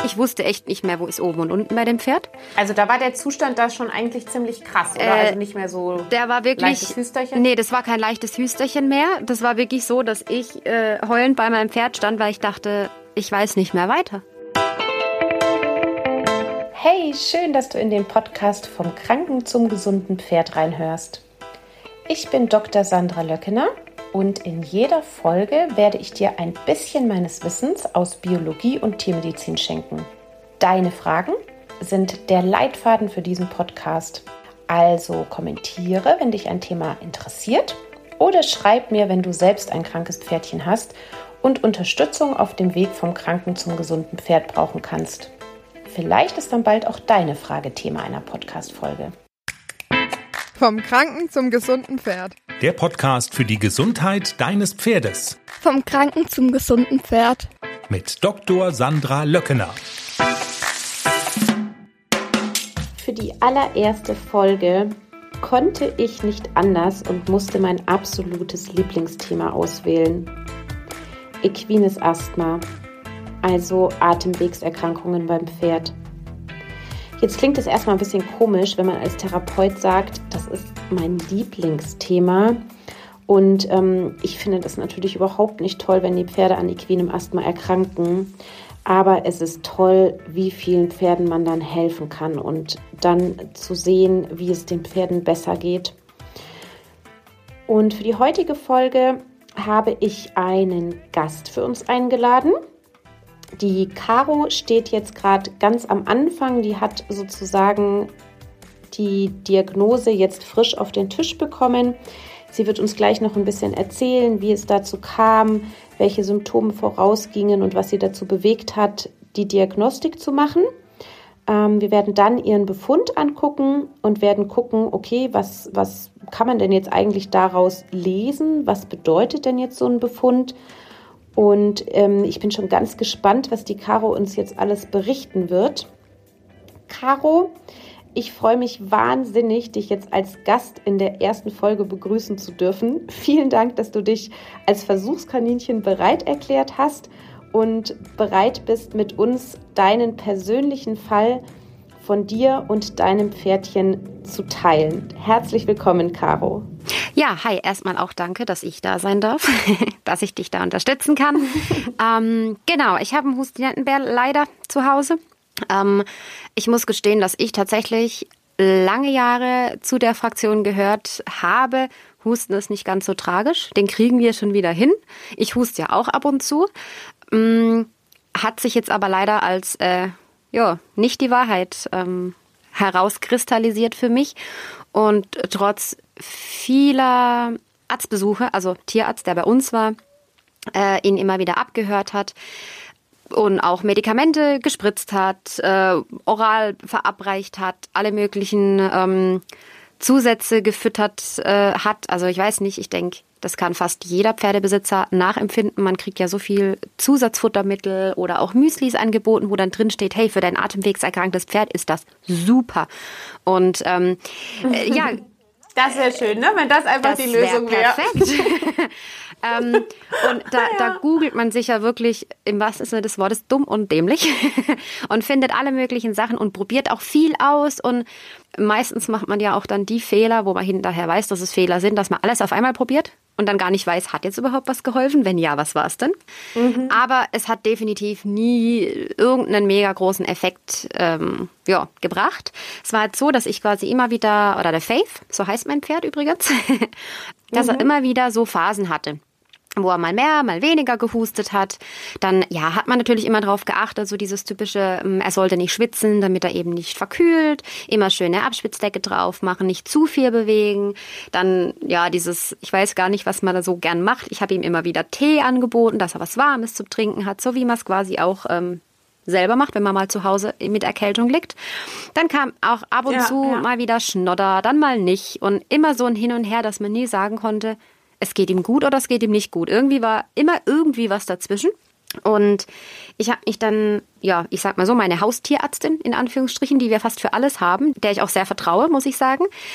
Ich wusste echt nicht mehr, wo ist oben und unten bei dem Pferd. Also da war der Zustand da schon eigentlich ziemlich krass, oder? Also nicht mehr so der war wirklich, leichtes Hüsterchen? Nee, das war kein leichtes Hüsterchen mehr. Das war wirklich so, dass ich heulend bei meinem Pferd stand, weil ich dachte, ich weiß nicht mehr weiter. Hey, schön, dass du in den Podcast vom kranken zum gesunden Pferd reinhörst. Ich bin Dr. Sandra Löckener und in jeder Folge werde ich dir ein bisschen meines Wissens aus Biologie und Tiermedizin schenken. Deine Fragen sind der Leitfaden für diesen Podcast. Also kommentiere, wenn dich ein Thema interessiert, oder schreib mir, wenn du selbst ein krankes Pferdchen hast und Unterstützung auf dem Weg vom kranken zum gesunden Pferd brauchen kannst. Vielleicht ist dann bald auch deine Frage Thema einer Podcast-Folge. Vom kranken zum gesunden Pferd. Der Podcast für die Gesundheit deines Pferdes. Vom kranken zum gesunden Pferd. Mit Dr. Sandra Löckener. Für die allererste Folge konnte ich nicht anders und musste mein absolutes Lieblingsthema auswählen. Equines Asthma, also Atemwegserkrankungen beim Pferd. Jetzt klingt es erstmal ein bisschen komisch, wenn man als Therapeut sagt, das ist mein Lieblingsthema. Und ich finde das natürlich überhaupt nicht toll, wenn die Pferde an equinem Asthma erkranken. Aber es ist toll, wie vielen Pferden man dann helfen kann und dann zu sehen, wie es den Pferden besser geht. Und für die heutige Folge habe ich einen Gast für uns eingeladen. Die Caro steht jetzt gerade ganz am Anfang. Die hat sozusagen die Diagnose jetzt frisch auf den Tisch bekommen. Sie wird uns gleich noch ein bisschen erzählen, wie es dazu kam, welche Symptome vorausgingen und was sie dazu bewegt hat, die Diagnostik zu machen. Wir werden dann ihren Befund angucken und werden gucken, okay, was kann man denn jetzt eigentlich daraus lesen? Was bedeutet denn jetzt so ein Befund? Und ich bin schon ganz gespannt, was die Caro uns jetzt alles berichten wird. Caro, ich freue mich wahnsinnig, dich jetzt als Gast in der ersten Folge begrüßen zu dürfen. Vielen Dank, dass du dich als Versuchskaninchen bereit erklärt hast und bereit bist, mit uns deinen persönlichen Fall von dir und deinem Pferdchen zu teilen. Herzlich willkommen, Caro. Ja, hi, erstmal auch danke, dass ich da sein darf, dass ich dich da unterstützen kann. Genau, ich habe einen Hustenbär leider zu Hause. Ich muss gestehen, dass ich tatsächlich lange Jahre zu der Fraktion gehört habe. Husten ist nicht ganz so tragisch, den kriegen wir schon wieder hin. Ich huste ja auch ab und zu. Hat sich jetzt aber leider als nicht die Wahrheit herauskristallisiert für mich. Und trotz vieler Arztbesuche, also Tierarzt, der bei uns war, ihn immer wieder abgehört hat und auch Medikamente gespritzt hat, oral verabreicht hat, alle möglichen Zusätze gefüttert hat. Also ich weiß nicht, ich denke, das kann fast jeder Pferdebesitzer nachempfinden. Man kriegt ja so viel Zusatzfuttermittel oder auch Müslis angeboten, wo dann drin steht, hey, für dein atemwegserkranktes Pferd ist das super. Und ja, das wäre schön, ne? Wenn das einfach die Lösung wäre. Perfekt. Und da googelt man sich ja wirklich im wahrsten Sinne des Wortes dumm und dämlich und findet alle möglichen Sachen und probiert auch viel aus. Und meistens macht man ja auch dann die Fehler, wo man hinterher weiß, dass es Fehler sind, dass man alles auf einmal probiert und dann gar nicht weiß, hat jetzt überhaupt was geholfen? Wenn ja, was war es denn? Aber es hat definitiv nie irgendeinen mega großen Effekt gebracht. Es war halt so, dass ich quasi immer wieder, oder der Faith, so heißt mein Pferd übrigens, dass er immer wieder so Phasen hatte, wo er mal mehr, mal weniger gehustet hat. Dann hat man natürlich immer darauf geachtet, so dieses typische, er sollte nicht schwitzen, damit er eben nicht verkühlt, immer schöne Abspitzdecke drauf machen, nicht zu viel bewegen. Dann dieses, ich weiß gar nicht, was man da so gern macht. Ich habe ihm immer wieder Tee angeboten, dass er was Warmes zu trinken hat, so wie man es quasi auch selber macht, wenn man mal zu Hause mit Erkältung liegt. Dann kam auch ab und zu mal wieder Schnodder, dann mal nicht. Und immer so ein Hin und Her, dass man nie sagen konnte, es geht ihm gut oder es geht ihm nicht gut. Irgendwie war immer irgendwie was dazwischen. Und ich habe mich dann, ich sag mal so, meine Haustierärztin, in Anführungsstrichen, die wir fast für alles haben, der ich auch sehr vertraue, muss ich sagen,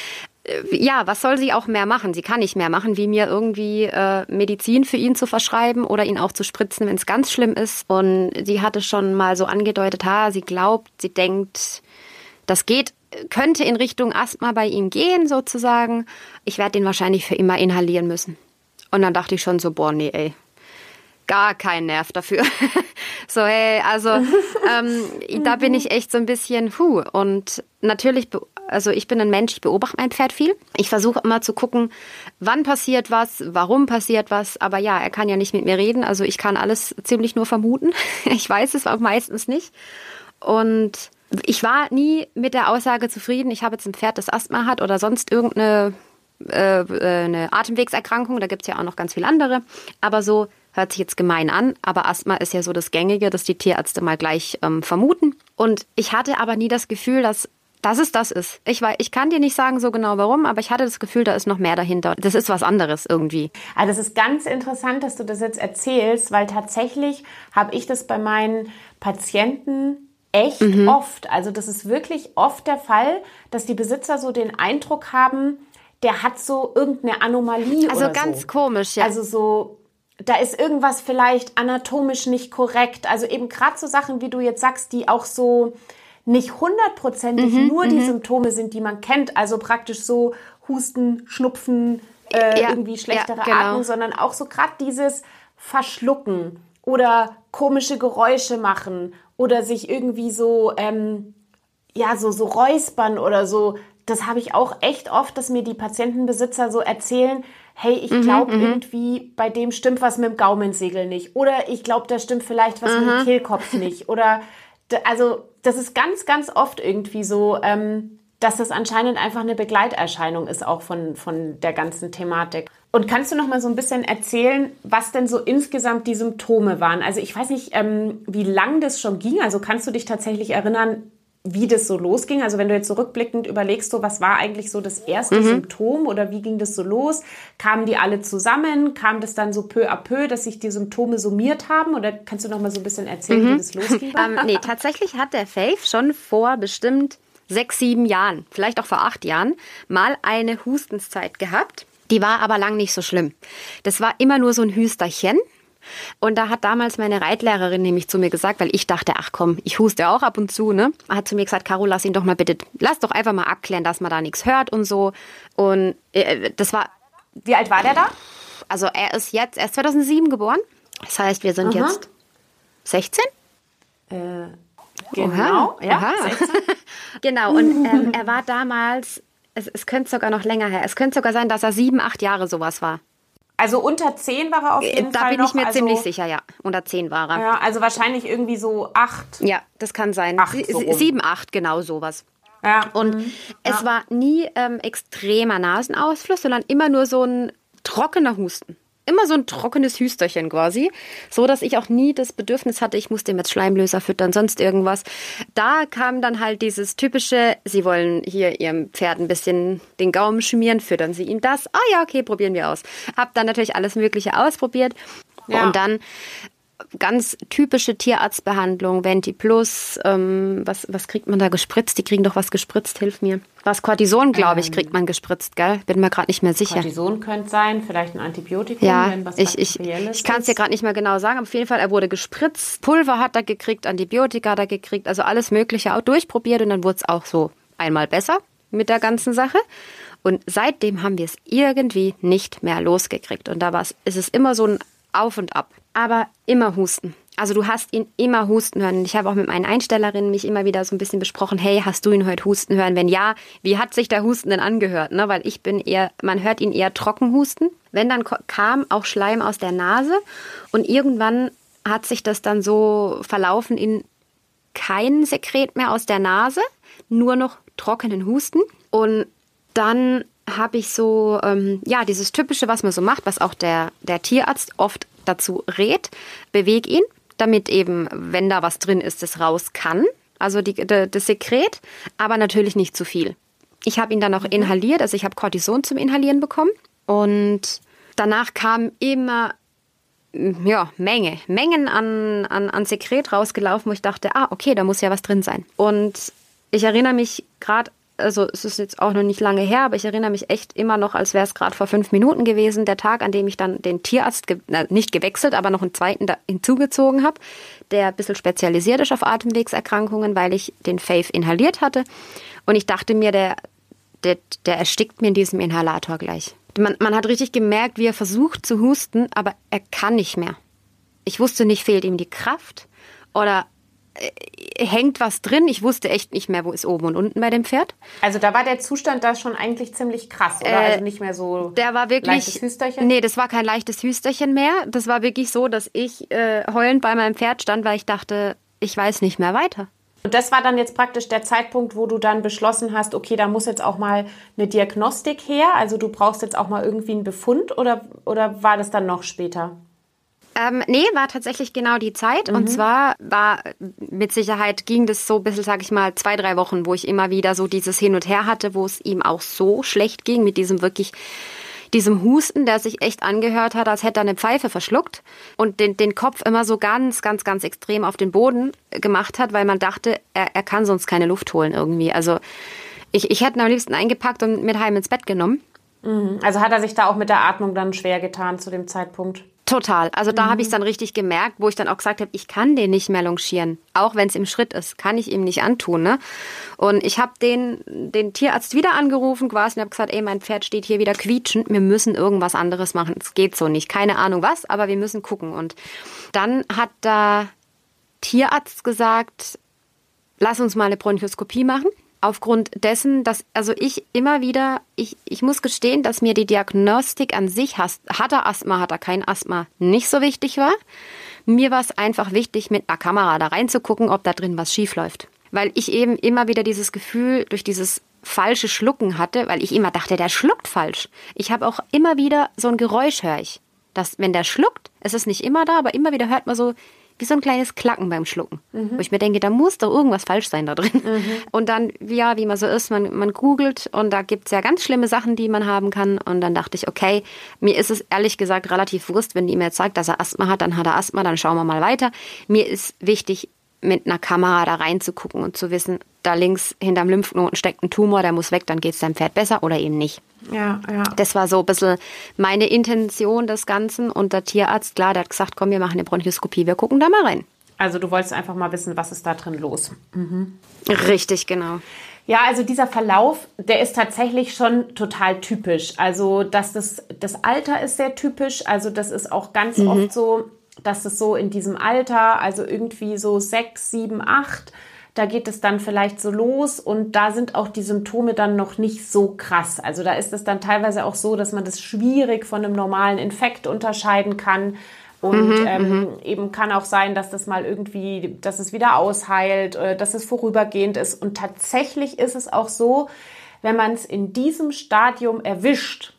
ja, was soll sie auch mehr machen? Sie kann nicht mehr machen, wie mir irgendwie Medizin für ihn zu verschreiben oder ihn auch zu spritzen, wenn es ganz schlimm ist. Und sie hatte schon mal so angedeutet, sie glaubt, sie denkt, das könnte in Richtung Asthma bei ihm gehen sozusagen. Ich werde den wahrscheinlich für immer inhalieren müssen. Und dann dachte ich schon so, boah, nee, ey. Gar kein Nerv dafür. So, hey, also da bin ich echt so ein bisschen, Und natürlich, also ich bin ein Mensch, ich beobachte mein Pferd viel. Ich versuche immer zu gucken, wann passiert was, warum passiert was. Aber ja, er kann ja nicht mit mir reden. Also ich kann alles ziemlich nur vermuten. Ich weiß es auch meistens nicht. Und ich war nie mit der Aussage zufrieden, ich habe jetzt ein Pferd, das Asthma hat oder sonst irgendeine eine Atemwegserkrankung. Da gibt es ja auch noch ganz viele andere. Aber so hört sich jetzt gemein an, aber Asthma ist ja so das Gängige, das die Tierärzte mal gleich vermuten. Und ich hatte aber nie das Gefühl, dass es das ist. Ich kann dir nicht sagen so genau warum, aber ich hatte das Gefühl, da ist noch mehr dahinter. Das ist was anderes irgendwie. Also das ist ganz interessant, dass du das jetzt erzählst, weil tatsächlich habe ich das bei meinen Patienten echt oft. Also das ist wirklich oft der Fall, dass die Besitzer so den Eindruck haben, der hat so irgendeine Anomalie also oder so. Also ganz komisch, ja. Also so, da ist irgendwas vielleicht anatomisch nicht korrekt. Also eben gerade so Sachen, wie du jetzt sagst, die auch so nicht 100% nur die Symptome sind, die man kennt. Also praktisch so Husten, Schnupfen, irgendwie schlechtere Atmung, sondern auch so gerade dieses Verschlucken oder komische Geräusche machen oder sich irgendwie so, so räuspern oder so. Das habe ich auch echt oft, dass mir die Patientenbesitzer so erzählen, hey, ich glaube irgendwie, bei dem stimmt was mit dem Gaumensegel nicht. Oder ich glaube, da stimmt vielleicht was mit dem Kehlkopf nicht. Oder, also das ist ganz, ganz oft irgendwie so, dass das anscheinend einfach eine Begleiterscheinung ist, auch von der ganzen Thematik. Und kannst du noch mal so ein bisschen erzählen, was denn so insgesamt die Symptome waren? Also ich weiß nicht, wie lang das schon ging. Also kannst du dich tatsächlich erinnern, wie das so losging? Also wenn du jetzt so rückblickend überlegst, so, was war eigentlich so das erste Symptom oder wie ging das so los? Kamen die alle zusammen? Kam das dann so peu à peu, dass sich die Symptome summiert haben? Oder kannst du noch mal so ein bisschen erzählen, wie das losging? Nee, tatsächlich hat der Faith schon vor bestimmt 6, 7 Jahren, vielleicht auch vor 8 Jahren, mal eine Hustenszeit gehabt. Die war aber lang nicht so schlimm. Das war immer nur so ein Hüsterchen. Und da hat damals meine Reitlehrerin nämlich zu mir gesagt, weil ich dachte, ach komm, ich huste auch ab und zu, ne? Hat zu mir gesagt, Caro, lass doch einfach mal abklären, dass man da nichts hört und so. Und das war... Wie alt war der da? Also er ist 2007 geboren. Das heißt, wir sind jetzt 16? Genau, ja. 16. Genau, und er war damals, es könnte sogar noch länger her, es könnte sogar sein, dass er 7, 8 Jahre sowas war. Also unter 10 war er auf jeden Fall Da bin noch, ich mir ziemlich sicher, ja. Unter 10 war er. Ja, also wahrscheinlich irgendwie so 8. Ja, das kann sein. 8 so 7, 8, genau sowas. Ja. Und es war nie extremer Nasenausfluss, sondern immer nur so ein trockener Husten. Immer so ein trockenes Hüsterchen quasi, so dass ich auch nie das Bedürfnis hatte, ich muss dem jetzt Schleimlöser füttern, sonst irgendwas. Da kam dann halt dieses typische, sie wollen hier ihrem Pferd ein bisschen den Gaumen schmieren, füttern sie ihm das. Ah ja, okay, probieren wir aus. Hab dann natürlich alles Mögliche ausprobiert und dann ganz typische Tierarztbehandlung, Venti-Plus, was kriegt man da gespritzt? Die kriegen doch was gespritzt, hilf mir. Was Cortison, glaube ich, kriegt man gespritzt, gell? Bin mir gerade nicht mehr sicher. Cortison könnte sein, vielleicht ein Antibiotikum, ja, wenn was ich kann es dir gerade nicht mehr genau sagen, aber auf jeden Fall, er wurde gespritzt, Pulver hat er gekriegt, Antibiotika hat er gekriegt, also alles Mögliche auch durchprobiert und dann wurde es auch so einmal besser mit der ganzen Sache. Und seitdem haben wir es irgendwie nicht mehr losgekriegt. Und ist es immer so ein Auf und Ab. Aber immer husten. Also du hast ihn immer husten hören. Ich habe auch mit meinen Einstellerinnen mich immer wieder so ein bisschen besprochen, hey, hast du ihn heute husten hören? Wenn ja, wie hat sich der Husten denn angehört? Ne? Weil man hört ihn eher trocken husten. Wenn, dann kam auch Schleim aus der Nase und irgendwann hat sich das dann so verlaufen in kein Sekret mehr aus der Nase, nur noch trockenen Husten. Und dann habe ich so, dieses Typische, was man so macht, was auch der Tierarzt oft dazu rät, beweg ihn, damit eben, wenn da was drin ist, das raus kann, also das Sekret, aber natürlich nicht zu viel. Ich habe ihn dann auch inhaliert, also ich habe Cortison zum Inhalieren bekommen und danach kam immer Mengen an Sekret rausgelaufen, wo ich dachte, okay, da muss ja was drin sein. Und ich erinnere mich gerade also es ist jetzt auch noch nicht lange her, aber ich erinnere mich echt immer noch, als wäre es gerade vor 5 Minuten gewesen, der Tag, an dem ich dann den Tierarzt, nicht gewechselt, aber noch einen zweiten hinzugezogen habe, der ein bisschen spezialisiert ist auf Atemwegserkrankungen, weil ich den Fave inhaliert hatte. Und ich dachte mir, der erstickt mir in diesem Inhalator gleich. Man hat richtig gemerkt, wie er versucht zu husten, aber er kann nicht mehr. Ich wusste nicht, fehlt ihm die Kraft oder hängt was drin. Ich wusste echt nicht mehr, wo ist oben und unten bei dem Pferd. Also da war der Zustand da schon eigentlich ziemlich krass, oder? Also nicht mehr so der war wirklich, leichtes Hüsterchen? Nee, das war kein leichtes Hüsterchen mehr. Das war wirklich so, dass ich heulend bei meinem Pferd stand, weil ich dachte, ich weiß nicht mehr weiter. Und das war dann jetzt praktisch der Zeitpunkt, wo du dann beschlossen hast, okay, da muss jetzt auch mal eine Diagnostik her, also du brauchst jetzt auch mal irgendwie einen Befund, oder war das dann noch später? Nee, war tatsächlich genau die Zeit. Und zwar war mit Sicherheit, ging das so ein bisschen, sag ich mal, 2-3 Wochen, wo ich immer wieder so dieses Hin und Her hatte, wo es ihm auch so schlecht ging mit diesem Husten, der sich echt angehört hat, als hätte er eine Pfeife verschluckt und den Kopf immer so ganz, ganz, ganz extrem auf den Boden gemacht hat, weil man dachte, er kann sonst keine Luft holen irgendwie. Also ich hätte ihn am liebsten eingepackt und mit heim ins Bett genommen. Also hat er sich da auch mit der Atmung dann schwer getan zu dem Zeitpunkt? Total. Also da habe ich es dann richtig gemerkt, wo ich dann auch gesagt habe, ich kann den nicht mehr longieren. Auch wenn es im Schritt ist, kann ich ihm nicht antun. Ne? Und ich habe den Tierarzt wieder angerufen quasi und habe gesagt, mein Pferd steht hier wieder quietschend, wir müssen irgendwas anderes machen. Es geht so nicht. Keine Ahnung was, aber wir müssen gucken. Und dann hat der Tierarzt gesagt, lass uns mal eine Bronchoskopie machen. Aufgrund dessen, dass ich immer wieder, ich muss gestehen, dass mir die Diagnostik an sich, hat er Asthma, hat er kein Asthma, nicht so wichtig war. Mir war es einfach wichtig, mit einer Kamera da reinzugucken, ob da drin was schief läuft. Weil ich eben immer wieder dieses Gefühl durch dieses falsche Schlucken hatte, weil ich immer dachte, der schluckt falsch. Ich habe auch immer wieder so ein Geräusch, höre ich. Dass, wenn der schluckt, es ist nicht immer da, aber immer wieder hört man so wie so ein kleines Klacken beim Schlucken. Wo ich mir denke, da muss doch irgendwas falsch sein da drin. Und dann, ja, wie man so ist, man googelt und da gibt's ja ganz schlimme Sachen, die man haben kann. Und dann dachte ich, okay, mir ist es ehrlich gesagt relativ wurscht, wenn die mir jetzt sagt, dass er Asthma hat, dann hat er Asthma, dann schauen wir mal weiter. Mir ist wichtig, mit einer Kamera da reinzugucken und zu wissen, da links hinterm Lymphknoten steckt ein Tumor, der muss weg, dann geht's deinem Pferd besser oder eben nicht. Ja. Das war so ein bisschen meine Intention des Ganzen und der Tierarzt, klar, der hat gesagt, komm, wir machen eine Bronchoskopie, wir gucken da mal rein. Also du wolltest einfach mal wissen, was ist da drin los? Richtig, genau. Ja, also dieser Verlauf, der ist tatsächlich schon total typisch. Also das Alter ist sehr typisch, also das ist auch ganz oft so, dass es so in diesem Alter, also irgendwie so 6, 7, 8, da geht es dann vielleicht so los und da sind auch die Symptome dann noch nicht so krass. Also da ist es dann teilweise auch so, dass man das schwierig von einem normalen Infekt unterscheiden kann. Und eben kann auch sein, dass das mal irgendwie, dass es wieder ausheilt, dass es vorübergehend ist. Und tatsächlich ist es auch so, wenn man es in diesem Stadium erwischt,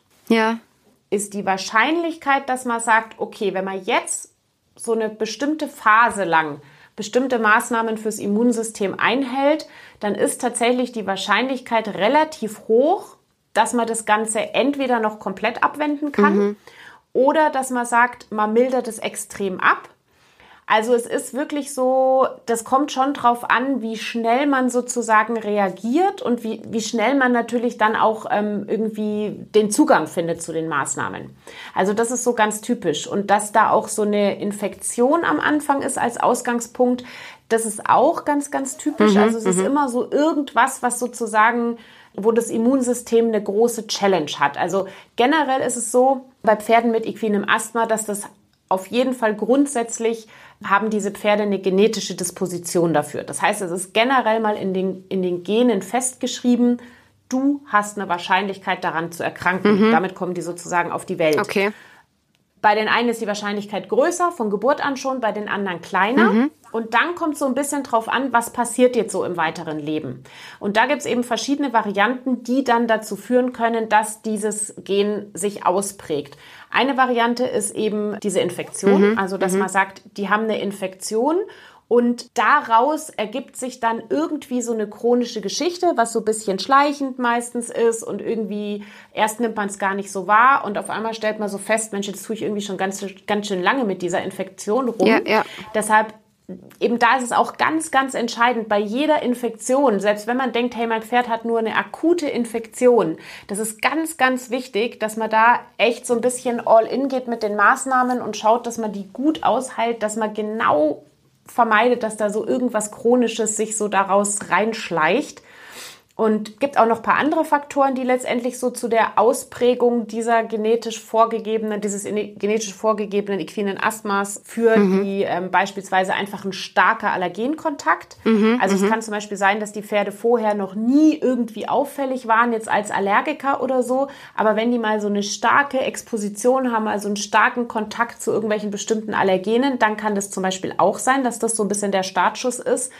ist die Wahrscheinlichkeit, dass man sagt, okay, wenn man jetzt so eine bestimmte Phase lang bestimmte Maßnahmen fürs Immunsystem einhält, dann ist tatsächlich die Wahrscheinlichkeit relativ hoch, dass man das Ganze entweder noch komplett abwenden kann oder dass man sagt, man mildert es extrem ab. Also es ist wirklich so, das kommt schon drauf an, wie schnell man sozusagen reagiert und wie schnell man natürlich dann auch irgendwie den Zugang findet zu den Maßnahmen. Also das ist so ganz typisch. Und dass da auch so eine Infektion am Anfang ist als Ausgangspunkt, das ist auch ganz, ganz typisch. Also es ist immer so irgendwas, was sozusagen, wo das Immunsystem eine große Challenge hat. Also generell ist es so, bei Pferden mit equinem Asthma, dass das auf jeden Fall grundsätzlich haben diese Pferde eine genetische Disposition dafür. Das heißt, es ist generell mal in den Genen festgeschrieben, du hast eine Wahrscheinlichkeit daran zu erkranken. Damit kommen die sozusagen auf die Welt. Okay. Bei den einen ist die Wahrscheinlichkeit größer, von Geburt an schon, bei den anderen kleiner. Und dann kommt so ein bisschen drauf an, was passiert jetzt so im weiteren Leben. Und da gibt es eben verschiedene Varianten, die dann dazu führen können, dass dieses Gen sich ausprägt. Eine Variante ist eben diese Infektion, also dass man sagt, die haben eine Infektion und daraus ergibt sich dann irgendwie so eine chronische Geschichte, was so ein bisschen schleichend meistens ist und irgendwie erst nimmt man es gar nicht so wahr und auf einmal stellt man so fest, Mensch, jetzt tue ich irgendwie schon ganz schön lange mit dieser Infektion rum. Ja. Deshalb eben da ist es auch ganz, ganz entscheidend, bei jeder Infektion, selbst wenn man denkt, hey, mein Pferd hat nur eine akute Infektion, das ist ganz, ganz wichtig, dass man da echt so ein bisschen all in geht mit den Maßnahmen und schaut, dass man die gut aushält, dass man genau vermeidet, dass da so irgendwas Chronisches sich so daraus reinschleicht. Und gibt auch noch ein paar andere Faktoren, die letztendlich so zu der Ausprägung dieses genetisch vorgegebenen equinen Asthmas führen, wie beispielsweise einfach ein starker Allergenkontakt. Also es kann zum Beispiel sein, dass die Pferde vorher noch nie irgendwie auffällig waren, jetzt als Allergiker oder so. Aber wenn die mal so eine starke Exposition haben, also einen starken Kontakt zu irgendwelchen bestimmten Allergenen, dann kann das zum Beispiel auch sein, dass das so ein bisschen der Startschuss ist,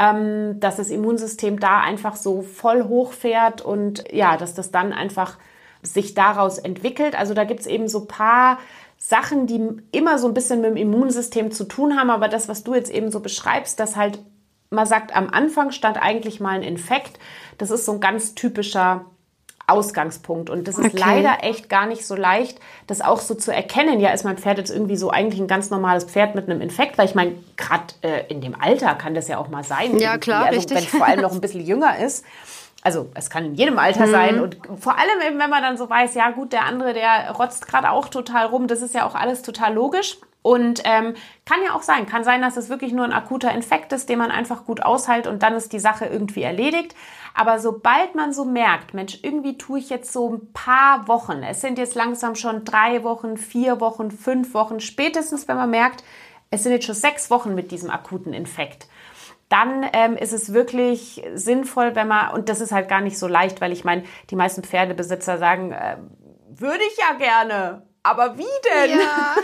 dass das Immunsystem da einfach so voll hochfährt und ja, dass das dann einfach sich daraus entwickelt. Also da gibt es eben so ein paar Sachen, die immer so ein bisschen mit dem Immunsystem zu tun haben, aber das, was du jetzt eben so beschreibst, dass halt, man sagt, am Anfang stand eigentlich mal ein Infekt, das ist so ein ganz typischer Ausgangspunkt. Und das ist leider echt gar nicht so leicht, das auch so zu erkennen. Ja, ist mein Pferd jetzt irgendwie so eigentlich ein ganz normales Pferd mit einem Infekt? Weil ich meine, gerade in dem Alter kann das ja auch mal sein. Ja, klar, also, richtig. wenn es vor allem noch ein bisschen jünger ist. Also es kann in jedem Alter sein. Und vor allem eben, wenn man dann so weiß, ja gut, der andere, der rotzt gerade auch total rum. Das ist ja auch alles total logisch. Und kann ja auch sein. Kann sein, dass es wirklich nur ein akuter Infekt ist, den man einfach gut aushält und dann ist die Sache irgendwie erledigt. Aber sobald man so merkt, Mensch, irgendwie tue ich jetzt so ein paar Wochen, es sind jetzt langsam schon 3 Wochen, 4 Wochen, 5 Wochen, spätestens wenn man merkt, es sind jetzt schon 6 Wochen mit diesem akuten Infekt, dann ist es wirklich sinnvoll, wenn man, und das ist halt gar nicht so leicht, weil ich meine, die meisten Pferdebesitzer sagen, würde ich ja gerne. Aber wie denn? Ja.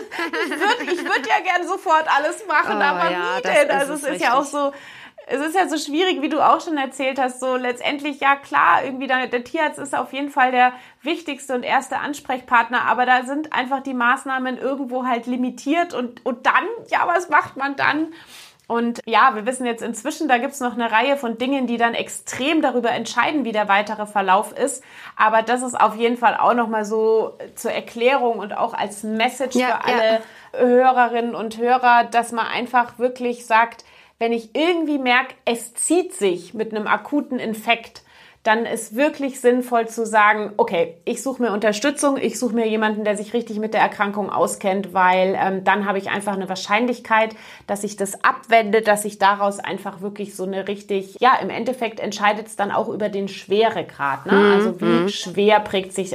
Ich würd ja gern sofort alles machen, aber ja, wie denn? Also es ist ja auch so, es ist ja so schwierig, wie du auch schon erzählt hast, so letztendlich, ja klar, irgendwie der Tierarzt ist auf jeden Fall der wichtigste und erste Ansprechpartner, aber da sind einfach die Maßnahmen irgendwo halt limitiert und dann, ja, was macht man dann? Und ja, wir wissen jetzt inzwischen, da gibt's noch eine Reihe von Dingen, die dann extrem darüber entscheiden, wie der weitere Verlauf ist. Aber das ist auf jeden Fall auch nochmal so zur Erklärung und auch als Message für alle Hörerinnen und Hörer, dass man einfach wirklich sagt, wenn ich irgendwie merke, es zieht sich mit einem akuten Infekt, dann ist wirklich sinnvoll zu sagen, okay, ich suche mir Unterstützung, ich suche mir jemanden, der sich richtig mit der Erkrankung auskennt, weil dann habe ich einfach eine Wahrscheinlichkeit, dass ich das abwende, dass ich daraus einfach wirklich so eine richtig, ja, im Endeffekt entscheidet es dann auch über den Schweregrad, ne? Also wie schwer prägt sich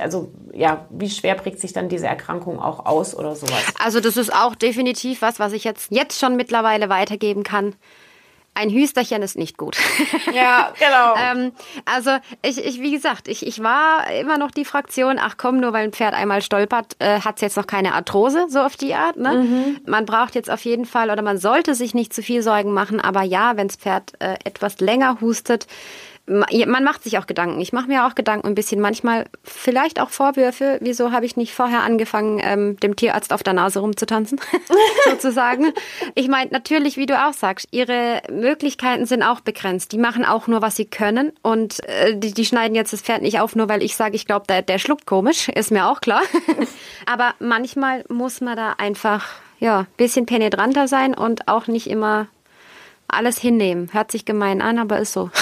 dann diese Erkrankung auch aus oder sowas. Also das ist auch definitiv was ich jetzt schon mittlerweile weitergeben kann. Ein Hüsterchen ist nicht gut. Ja, genau. Also wie gesagt, ich war immer noch die Fraktion, ach komm, nur weil ein Pferd einmal stolpert, hat es jetzt noch keine Arthrose, so auf die Art. Ne? Man braucht jetzt auf jeden Fall, oder man sollte sich nicht zu viel Sorgen machen, aber ja, wenn das Pferd etwas länger hustet, man macht sich auch Gedanken. Ich mache mir auch Gedanken ein bisschen. Manchmal vielleicht auch Vorwürfe. Wieso habe ich nicht vorher angefangen, dem Tierarzt auf der Nase rumzutanzen, sozusagen. Ich meine, natürlich, wie du auch sagst, ihre Möglichkeiten sind auch begrenzt. Die machen auch nur, was sie können. Und die schneiden jetzt das Pferd nicht auf, nur weil ich sage, ich glaube, der schluckt komisch. Ist mir auch klar. Aber manchmal muss man da einfach ein bisschen penetranter sein und auch nicht immer alles hinnehmen. Hört sich gemein an, aber ist so.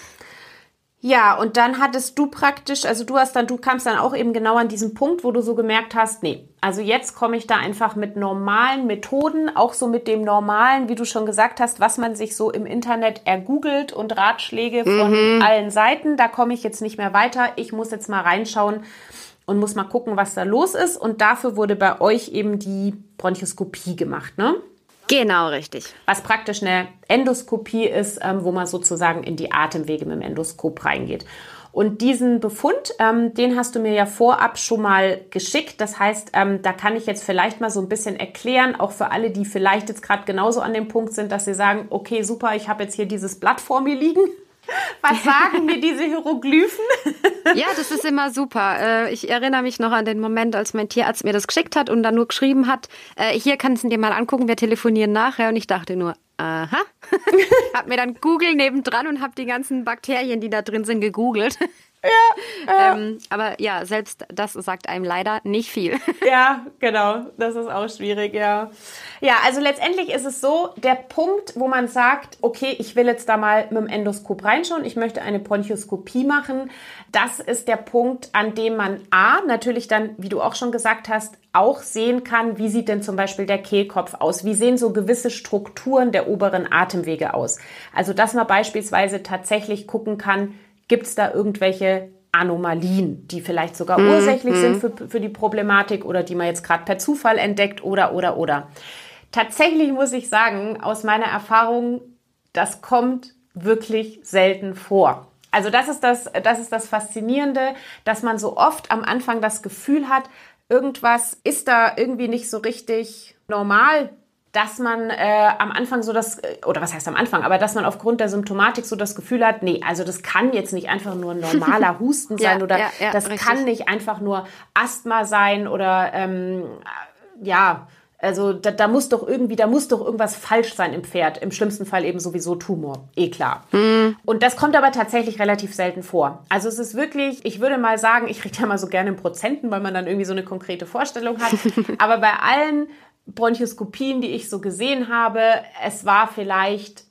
Ja, und dann hattest du praktisch, also du kamst dann auch eben genau an diesen Punkt, wo du so gemerkt hast, nee, also jetzt komme ich da einfach mit normalen Methoden, auch so mit dem normalen, wie du schon gesagt hast, was man sich so im Internet ergoogelt und Ratschläge von allen Seiten, da komme ich jetzt nicht mehr weiter, ich muss jetzt mal reinschauen und muss mal gucken, was da los ist, und dafür wurde bei euch eben die Bronchoskopie gemacht, ne? Genau, richtig. Was praktisch eine Endoskopie ist, wo man sozusagen in die Atemwege mit dem Endoskop reingeht. Und diesen Befund, den hast du mir ja vorab schon mal geschickt. Das heißt, da kann ich jetzt vielleicht mal so ein bisschen erklären, auch für alle, die vielleicht jetzt gerade genauso an dem Punkt sind, dass sie sagen, okay, super, ich habe jetzt hier dieses Blatt vor mir liegen. Was sagen mir diese Hieroglyphen? Ja, das ist immer super. Ich erinnere mich noch an den Moment, als mein Tierarzt mir das geschickt hat und dann nur geschrieben hat, hier kannst du dir mal angucken, wir telefonieren nachher. Und ich dachte nur, aha. Hab mir dann Google nebendran und hab die ganzen Bakterien, die da drin sind, gegoogelt. Aber ja, selbst das sagt einem leider nicht viel. Ja, genau. Das ist auch schwierig, ja. Ja, also letztendlich ist es so, der Punkt, wo man sagt, okay, ich will jetzt da mal mit dem Endoskop reinschauen, ich möchte eine Bronchoskopie machen, das ist der Punkt, an dem man natürlich dann, wie du auch schon gesagt hast, auch sehen kann, wie sieht denn zum Beispiel der Kehlkopf aus? Wie sehen so gewisse Strukturen der oberen Atemwege aus? Also, dass man beispielsweise tatsächlich gucken kann, gibt es da irgendwelche Anomalien, die vielleicht sogar ursächlich sind für die Problematik oder die man jetzt gerade per Zufall entdeckt oder. Tatsächlich muss ich sagen, aus meiner Erfahrung, das kommt wirklich selten vor. Also das ist das Faszinierende, dass man so oft am Anfang das Gefühl hat, irgendwas ist da irgendwie nicht so richtig normal, dass man am Anfang so dass man aufgrund der Symptomatik so das Gefühl hat, nee, also das kann jetzt nicht einfach nur ein normaler Husten sein das richtig. Kann nicht einfach nur Asthma sein oder also da muss doch irgendwas falsch sein im Pferd. Im schlimmsten Fall eben sowieso Tumor. Klar. Und das kommt aber tatsächlich relativ selten vor. Also es ist wirklich, ich würde mal sagen, ich rede ja mal so gerne in Prozenten, weil man dann irgendwie so eine konkrete Vorstellung hat. Aber bei allen Bronchoskopien, die ich so gesehen habe, es war vielleicht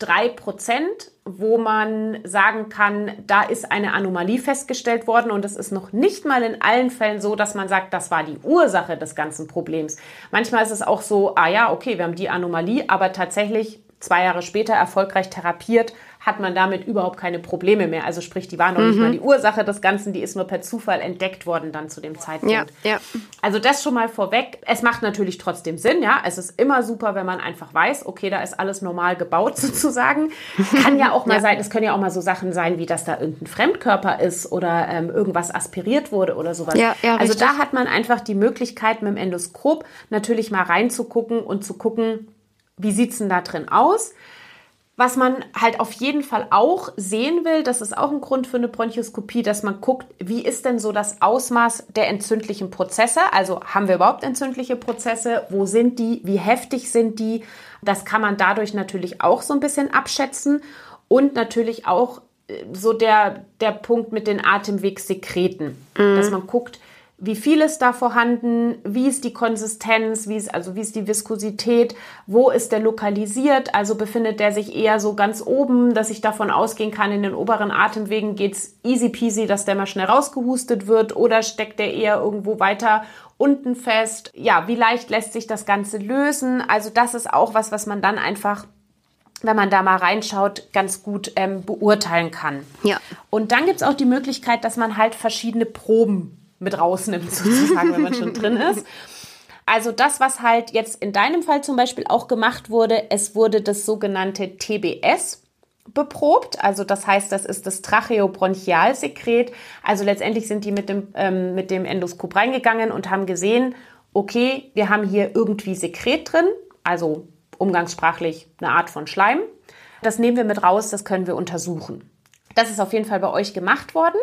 3%, wo man sagen kann, da ist eine Anomalie festgestellt worden und es ist noch nicht mal in allen Fällen so, dass man sagt, das war die Ursache des ganzen Problems. Manchmal ist es auch so, okay, wir haben die Anomalie, aber tatsächlich 2 Jahre später erfolgreich therapiert, hat man damit überhaupt keine Probleme mehr. Also sprich, die war noch nicht mal die Ursache des Ganzen, die ist nur per Zufall entdeckt worden dann zu dem Zeitpunkt. Ja. Also das schon mal vorweg. Es macht natürlich trotzdem Sinn, ja. Es ist immer super, wenn man einfach weiß, okay, da ist alles normal gebaut sozusagen. Kann ja auch mal sein, es können ja auch mal so Sachen sein, wie dass da irgendein Fremdkörper ist oder irgendwas aspiriert wurde oder sowas. Ja, also richtig. da hat man einfach die Möglichkeit, mit dem Endoskop natürlich mal reinzugucken und zu gucken, wie sieht's denn da drin aus? Was man halt auf jeden Fall auch sehen will, das ist auch ein Grund für eine Bronchoskopie, dass man guckt, wie ist denn so das Ausmaß der entzündlichen Prozesse? Also haben wir überhaupt entzündliche Prozesse? Wo sind die? Wie heftig sind die? Das kann man dadurch natürlich auch so ein bisschen abschätzen. Und natürlich auch so der Punkt mit den Atemwegssekreten, dass man guckt, wie viel ist da vorhanden, wie ist die Konsistenz, wie ist die Viskosität, wo ist der lokalisiert, also befindet der sich eher so ganz oben, dass ich davon ausgehen kann, in den oberen Atemwegen geht's easy peasy, dass der mal schnell rausgehustet wird oder steckt der eher irgendwo weiter unten fest. Ja, wie leicht lässt sich das Ganze lösen? Also das ist auch was man dann einfach, wenn man da mal reinschaut, ganz gut beurteilen kann. Ja. Und dann gibt's auch die Möglichkeit, dass man halt verschiedene Proben mit rausnimmt, sozusagen, wenn man schon drin ist. Also das, was halt jetzt in deinem Fall zum Beispiel auch gemacht wurde, es wurde das sogenannte TBS beprobt. Also das heißt, das ist das Tracheobronchialsekret. Also letztendlich sind die mit dem Endoskop reingegangen und haben gesehen, okay, wir haben hier irgendwie Sekret drin, also umgangssprachlich eine Art von Schleim. Das nehmen wir mit raus, das können wir untersuchen. Das ist auf jeden Fall bei euch gemacht worden.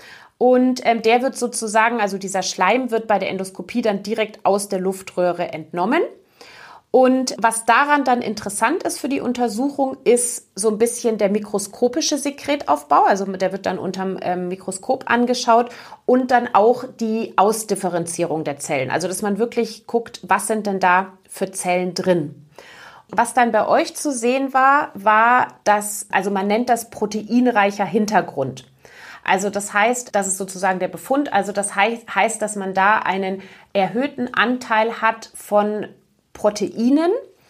Und der wird sozusagen, also dieser Schleim wird bei der Endoskopie dann direkt aus der Luftröhre entnommen. Und was daran dann interessant ist für die Untersuchung, ist so ein bisschen der mikroskopische Sekretaufbau. Also der wird dann unterm Mikroskop angeschaut und dann auch die Ausdifferenzierung der Zellen. Also dass man wirklich guckt, was sind denn da für Zellen drin. Was dann bei euch zu sehen war das, also man nennt das proteinreicher Hintergrund. Also das heißt, das ist sozusagen der Befund, also das heißt, dass man da einen erhöhten Anteil hat von Proteinen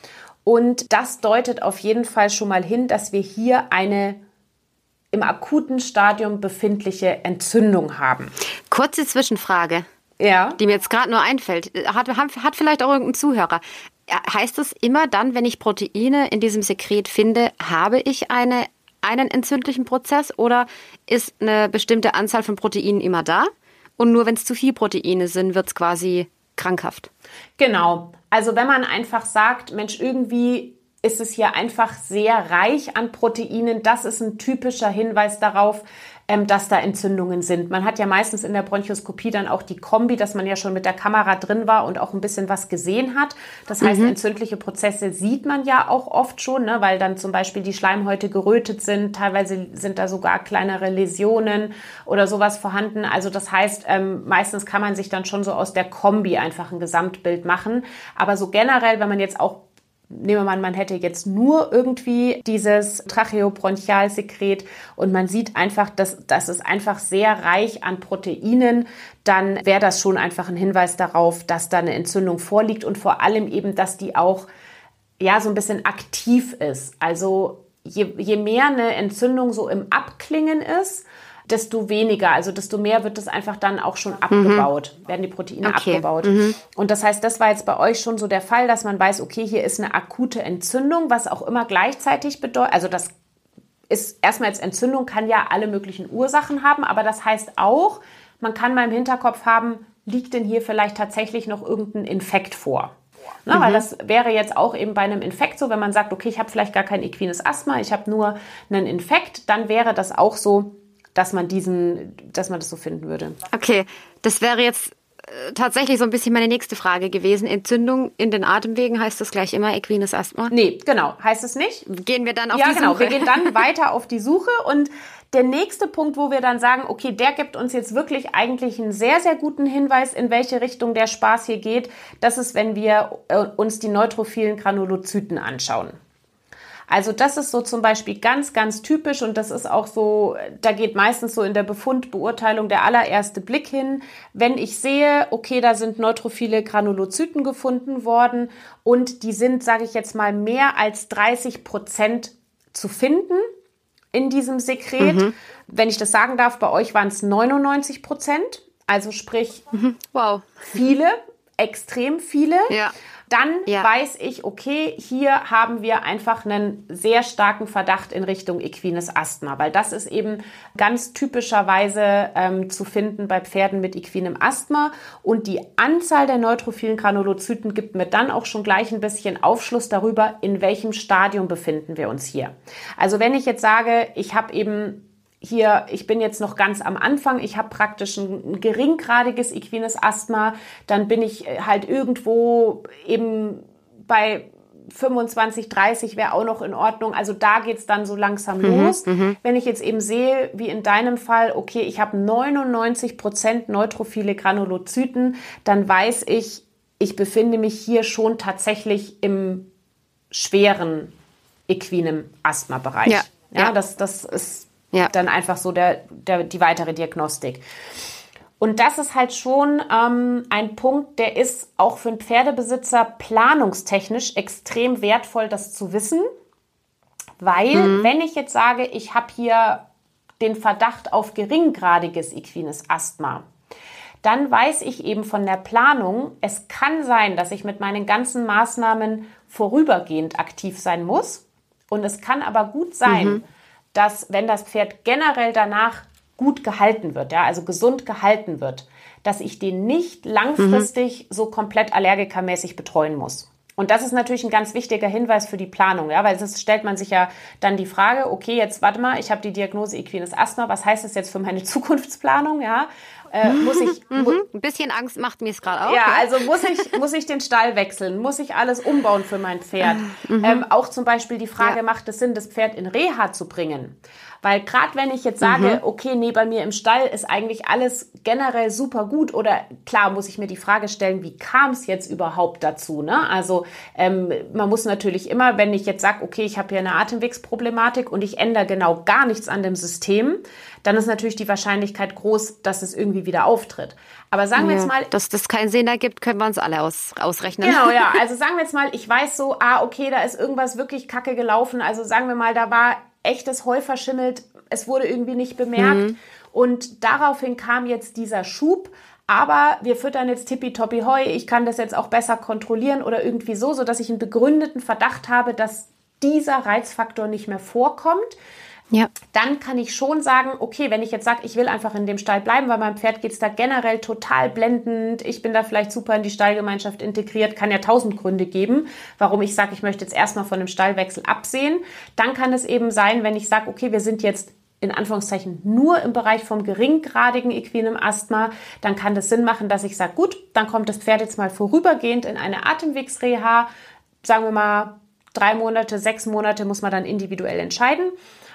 und das deutet auf jeden Fall schon mal hin, dass wir hier eine im akuten Stadium befindliche Entzündung haben. Kurze Zwischenfrage, die mir jetzt gerade nur einfällt. Hat vielleicht auch irgendein Zuhörer. Heißt es immer dann, wenn ich Proteine in diesem Sekret finde, habe ich einen entzündlichen Prozess oder ist eine bestimmte Anzahl von Proteinen immer da und nur wenn es zu viel Proteine sind, wird es quasi krankhaft? Genau. Also wenn man einfach sagt, Mensch, irgendwie ist es hier einfach sehr reich an Proteinen. Das ist ein typischer Hinweis darauf, dass da Entzündungen sind. Man hat ja meistens in der Bronchoskopie dann auch die Kombi, dass man ja schon mit der Kamera drin war und auch ein bisschen was gesehen hat. Das heißt, entzündliche Prozesse sieht man ja auch oft schon, ne, weil dann zum Beispiel die Schleimhäute gerötet sind. Teilweise sind da sogar kleinere Läsionen oder sowas vorhanden. Also das heißt, meistens kann man sich dann schon so aus der Kombi einfach ein Gesamtbild machen. Aber so generell, wenn man jetzt auch nehmen wir mal, man hätte jetzt nur irgendwie dieses Tracheobronchialsekret und man sieht einfach, dass das ist einfach sehr reich an Proteinen, dann wäre das schon einfach ein Hinweis darauf, dass da eine Entzündung vorliegt und vor allem eben, dass die auch ja so ein bisschen aktiv ist. Also je mehr eine Entzündung so im Abklingen ist, desto weniger, also desto mehr wird das einfach dann auch schon abgebaut, werden die Proteine abgebaut. Und das heißt, das war jetzt bei euch schon so der Fall, dass man weiß, okay, hier ist eine akute Entzündung, was auch immer gleichzeitig bedeutet, also das ist erstmal als Entzündung, kann ja alle möglichen Ursachen haben, aber das heißt auch, man kann mal im Hinterkopf haben, liegt denn hier vielleicht tatsächlich noch irgendein Infekt vor? Na, weil das wäre jetzt auch eben bei einem Infekt so, wenn man sagt, okay, ich habe vielleicht gar kein equines Asthma, ich habe nur einen Infekt, dann wäre das auch so, dass man das so finden würde. Okay, das wäre jetzt tatsächlich so ein bisschen meine nächste Frage gewesen. Entzündung in den Atemwegen, heißt das gleich immer equines Asthma? Nee, genau, heißt es nicht. Gehen wir dann auf die Suche? Ja, genau, wir gehen dann weiter auf die Suche und der nächste Punkt, wo wir dann sagen, okay, der gibt uns jetzt wirklich eigentlich einen sehr, sehr guten Hinweis, in welche Richtung der Spaß hier geht, das ist, wenn wir uns die neutrophilen Granulozyten anschauen. Also das ist so zum Beispiel ganz, ganz typisch und das ist auch so, da geht meistens so in der Befundbeurteilung der allererste Blick hin. Wenn ich sehe, okay, da sind neutrophile Granulozyten gefunden worden und die sind, sage ich jetzt mal, mehr als 30% zu finden in diesem Sekret. Wenn ich das sagen darf, bei euch waren es 99%, also sprich wow. Viele, extrem viele. Ja. Dann weiß ich, okay, hier haben wir einfach einen sehr starken Verdacht in Richtung equines Asthma, weil das ist eben ganz typischerweise zu finden bei Pferden mit equinem Asthma und die Anzahl der neutrophilen Granulozyten gibt mir dann auch schon gleich ein bisschen Aufschluss darüber, in welchem Stadium befinden wir uns hier. Also wenn ich jetzt sage, ich habe eben hier, ich bin jetzt noch ganz am Anfang, ich habe praktisch ein geringgradiges equines Asthma, dann bin ich halt irgendwo eben bei 25, 30 wäre auch noch in Ordnung. Also da geht's dann so langsam los. Wenn ich jetzt eben sehe, wie in deinem Fall, okay, ich habe 99% neutrophile Granulozyten, dann weiß ich, ich befinde mich hier schon tatsächlich im schweren equinem Asthma-Bereich. Ja, das ist dann einfach so die weitere Diagnostik. Und das ist halt schon ein Punkt, der ist auch für einen Pferdebesitzer planungstechnisch extrem wertvoll, das zu wissen. Weil, wenn ich jetzt sage, ich habe hier den Verdacht auf geringgradiges equines Asthma, dann weiß ich eben von der Planung, es kann sein, dass ich mit meinen ganzen Maßnahmen vorübergehend aktiv sein muss. Und es kann aber gut sein, dass, wenn das Pferd generell danach gut gehalten wird, ja, also gesund gehalten wird, dass ich den nicht langfristig so komplett allergikermäßig betreuen muss. Und das ist natürlich ein ganz wichtiger Hinweis für die Planung, ja, weil sonst stellt man sich ja dann die Frage, okay, jetzt warte mal, ich habe die Diagnose equines Asthma, was heißt das jetzt für meine Zukunftsplanung, ja? Muss ich ein bisschen Angst macht mir es gerade auch. Ja, also muss ich den Stall wechseln? Muss ich alles umbauen für mein Pferd? Auch zum Beispiel die Frage, macht es Sinn, das Pferd in Reha zu bringen? Weil gerade wenn ich jetzt sage, okay, nee, bei mir im Stall ist eigentlich alles generell super gut oder klar muss ich mir die Frage stellen, wie kam es jetzt überhaupt dazu? Ne? Also man muss natürlich immer, wenn ich jetzt sage, okay, ich habe hier eine Atemwegsproblematik und ich ändere genau gar nichts an dem System, dann ist natürlich die Wahrscheinlichkeit groß, dass es irgendwie wieder auftritt. Aber sagen wir jetzt mal... Dass das keinen Sinn ergibt, können wir uns alle ausrechnen. Genau, ja. Also sagen wir jetzt mal, ich weiß so, okay, da ist irgendwas wirklich kacke gelaufen. Also sagen wir mal, da war echtes Heu verschimmelt, es wurde irgendwie nicht bemerkt. Und daraufhin kam jetzt dieser Schub. Aber wir füttern jetzt tippitoppi Heu, ich kann das jetzt auch besser kontrollieren oder irgendwie so, sodass ich einen begründeten Verdacht habe, dass dieser Reizfaktor nicht mehr vorkommt. Ja. Dann kann ich schon sagen, okay, wenn ich jetzt sage, ich will einfach in dem Stall bleiben, weil meinem Pferd geht es da generell total blendend, ich bin da vielleicht super in die Stallgemeinschaft integriert, kann ja 1000 Gründe geben, warum ich sage, ich möchte jetzt erstmal von dem Stallwechsel absehen. Dann kann es eben sein, wenn ich sage, okay, wir sind jetzt in Anführungszeichen nur im Bereich vom geringgradigen equinem Asthma, dann kann das Sinn machen, dass ich sage, gut, dann kommt das Pferd jetzt mal vorübergehend in eine Atemwegsreha, sagen wir mal 3 Monate, 6 Monate, muss man dann individuell entscheiden.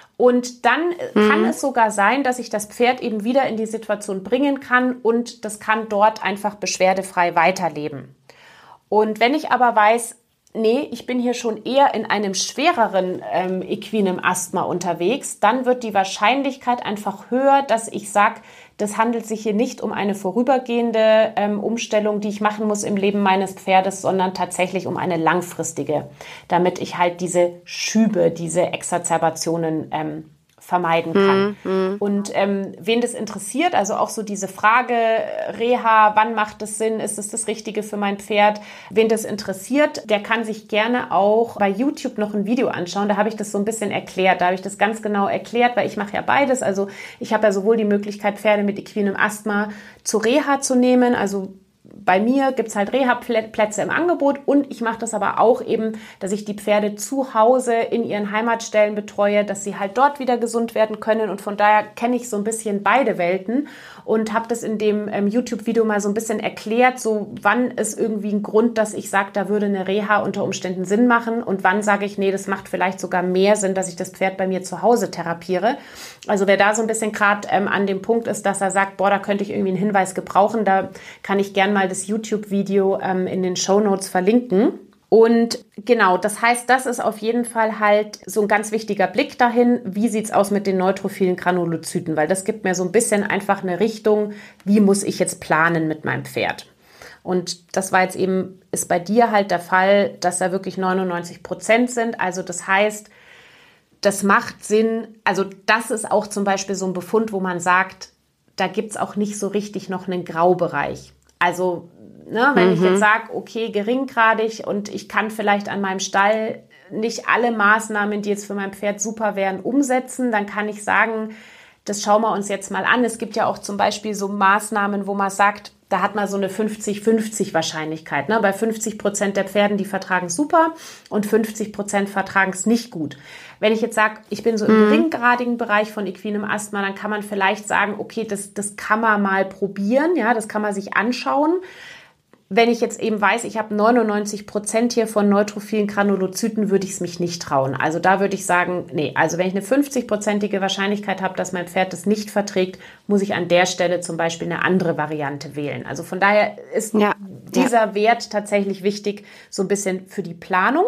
Und dann kann es sogar sein, dass ich das Pferd eben wieder in die Situation bringen kann und das kann dort einfach beschwerdefrei weiterleben. Und wenn ich aber weiß, nee, ich bin hier schon eher in einem schwereren equinem Asthma unterwegs, dann wird die Wahrscheinlichkeit einfach höher, dass ich sage, das handelt sich hier nicht um eine vorübergehende Umstellung, die ich machen muss im Leben meines Pferdes, sondern tatsächlich um eine langfristige, damit ich halt diese Schübe, diese Exacerbationen vermeiden kann. Und wen das interessiert, also auch so diese Frage, Reha, wann macht es Sinn, ist es das Richtige für mein Pferd? Wen das interessiert, der kann sich gerne auch bei YouTube noch ein Video anschauen. Da habe ich das so ein bisschen erklärt, da habe ich das ganz genau erklärt, weil ich mache ja beides. Also ich habe ja sowohl die Möglichkeit, Pferde mit equinem Asthma zur Reha zu nehmen, also bei mir gibt es halt Reha-Plätze im Angebot und ich mache das aber auch eben, dass ich die Pferde zu Hause in ihren Heimatstellen betreue, dass sie halt dort wieder gesund werden können und von daher kenne ich so ein bisschen beide Welten und habe das in dem YouTube-Video mal so ein bisschen erklärt, so wann ist irgendwie ein Grund, dass ich sage, da würde eine Reha unter Umständen Sinn machen und wann sage ich, nee, das macht vielleicht sogar mehr Sinn, dass ich das Pferd bei mir zu Hause therapiere. Also wer da so ein bisschen gerade an dem Punkt ist, dass er sagt, boah, da könnte ich irgendwie einen Hinweis gebrauchen, da kann ich gern mal das YouTube-Video in den Shownotes verlinken. Und genau, das heißt, das ist auf jeden Fall halt so ein ganz wichtiger Blick dahin, wie sieht's aus mit den neutrophilen Granulozyten, weil das gibt mir so ein bisschen einfach eine Richtung, wie muss ich jetzt planen mit meinem Pferd. Und das war jetzt eben, ist bei dir halt der Fall, dass da wirklich 99% sind. Also das heißt, das macht Sinn, also das ist auch zum Beispiel so ein Befund, wo man sagt, da gibt's auch nicht so richtig noch einen Graubereich. Also, ne, wenn ich jetzt sage, okay, geringgradig und ich kann vielleicht an meinem Stall nicht alle Maßnahmen, die jetzt für mein Pferd super wären, umsetzen, dann kann ich sagen, das schauen wir uns jetzt mal an. Es gibt ja auch zum Beispiel so Maßnahmen, wo man sagt, da hat man so eine 50-50 Wahrscheinlichkeit. Ne? Bei 50% der Pferden, die vertragen es super und 50% vertragen es nicht gut. Wenn ich jetzt sage, ich bin so im geringgradigen Bereich von equinem Asthma, dann kann man vielleicht sagen, okay, das kann man mal probieren, ja, das kann man sich anschauen. Wenn ich jetzt eben weiß, ich habe 99% hier von neutrophilen Granulozyten, würde ich es mich nicht trauen. Also da würde ich sagen, nee, also wenn ich eine 50%ige Wahrscheinlichkeit habe, dass mein Pferd das nicht verträgt, muss ich an der Stelle zum Beispiel eine andere Variante wählen. Also von daher ist dieser Wert tatsächlich wichtig, so ein bisschen für die Planung.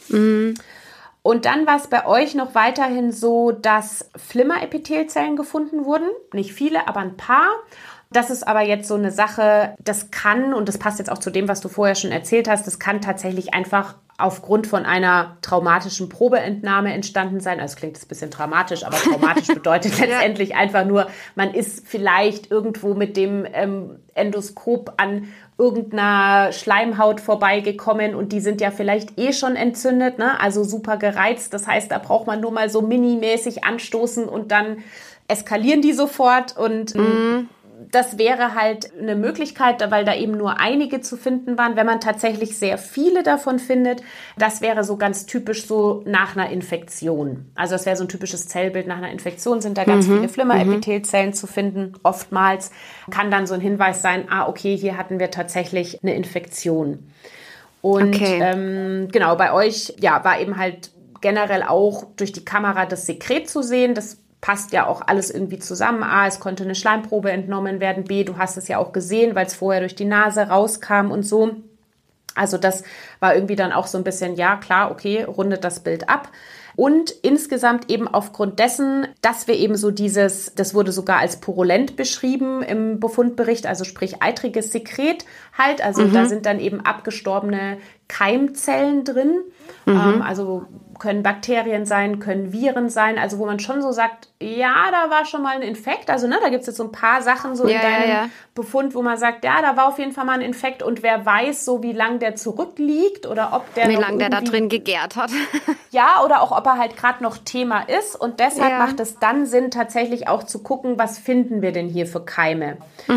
Und dann war es bei euch noch weiterhin so, dass Flimmerepithelzellen gefunden wurden. Nicht viele, aber ein paar. Das ist aber jetzt so eine Sache, das kann, und das passt jetzt auch zu dem, was du vorher schon erzählt hast, das kann tatsächlich einfach aufgrund von einer traumatischen Probeentnahme entstanden sein. Also klingt das ein bisschen dramatisch, aber traumatisch bedeutet letztendlich einfach nur, man ist vielleicht irgendwo mit dem Endoskop an irgendeiner Schleimhaut vorbeigekommen und die sind ja vielleicht schon entzündet, ne? Also super gereizt. Das heißt, da braucht man nur mal so minimäßig anstoßen und dann eskalieren die sofort und das wäre halt eine Möglichkeit, weil da eben nur einige zu finden waren. Wenn man tatsächlich sehr viele davon findet, das wäre so ganz typisch so nach einer Infektion. Also das wäre so ein typisches Zellbild nach einer Infektion, sind da ganz viele Flimmerepithelzellen zu finden. Oftmals kann dann so ein Hinweis sein, okay, hier hatten wir tatsächlich eine Infektion. Und genau, bei euch war eben halt generell auch durch die Kamera das Sekret zu sehen. Das passt ja auch alles irgendwie zusammen. A, es konnte eine Schleimprobe entnommen werden. B, du hast es ja auch gesehen, weil es vorher durch die Nase rauskam und so. Also das war irgendwie dann auch so ein bisschen, ja klar, okay, rundet das Bild ab. Und insgesamt eben aufgrund dessen, dass wir eben so das wurde sogar als purulent beschrieben im Befundbericht, also sprich eitriges Sekret halt. Also da sind dann eben abgestorbene Keimzellen drin. Also können Bakterien sein, können Viren sein, also wo man schon so sagt, ja, da war schon mal ein Infekt. Also da gibt es jetzt so ein paar Sachen so in deinem Befund, wo man sagt, ja, da war auf jeden Fall mal ein Infekt und wer weiß so, wie lang der zurückliegt oder ob der wie lange der da drin gegärt hat. Ja, oder auch ob er halt gerade noch Thema ist und deshalb macht es dann Sinn, tatsächlich auch zu gucken, was finden wir denn hier für Keime.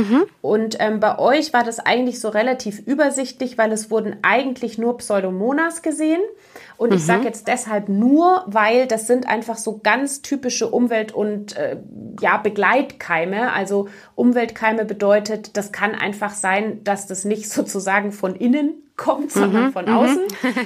Und bei euch war das eigentlich so relativ übersichtlich, weil es wurden eigentlich nur Pseudomonas gesehen. Und ich sage jetzt deshalb nur, weil das sind einfach so ganz typische Umwelt- und Begleitkeime. Also Umweltkeime bedeutet, das kann einfach sein, dass das nicht sozusagen von innen kommt, sondern von außen.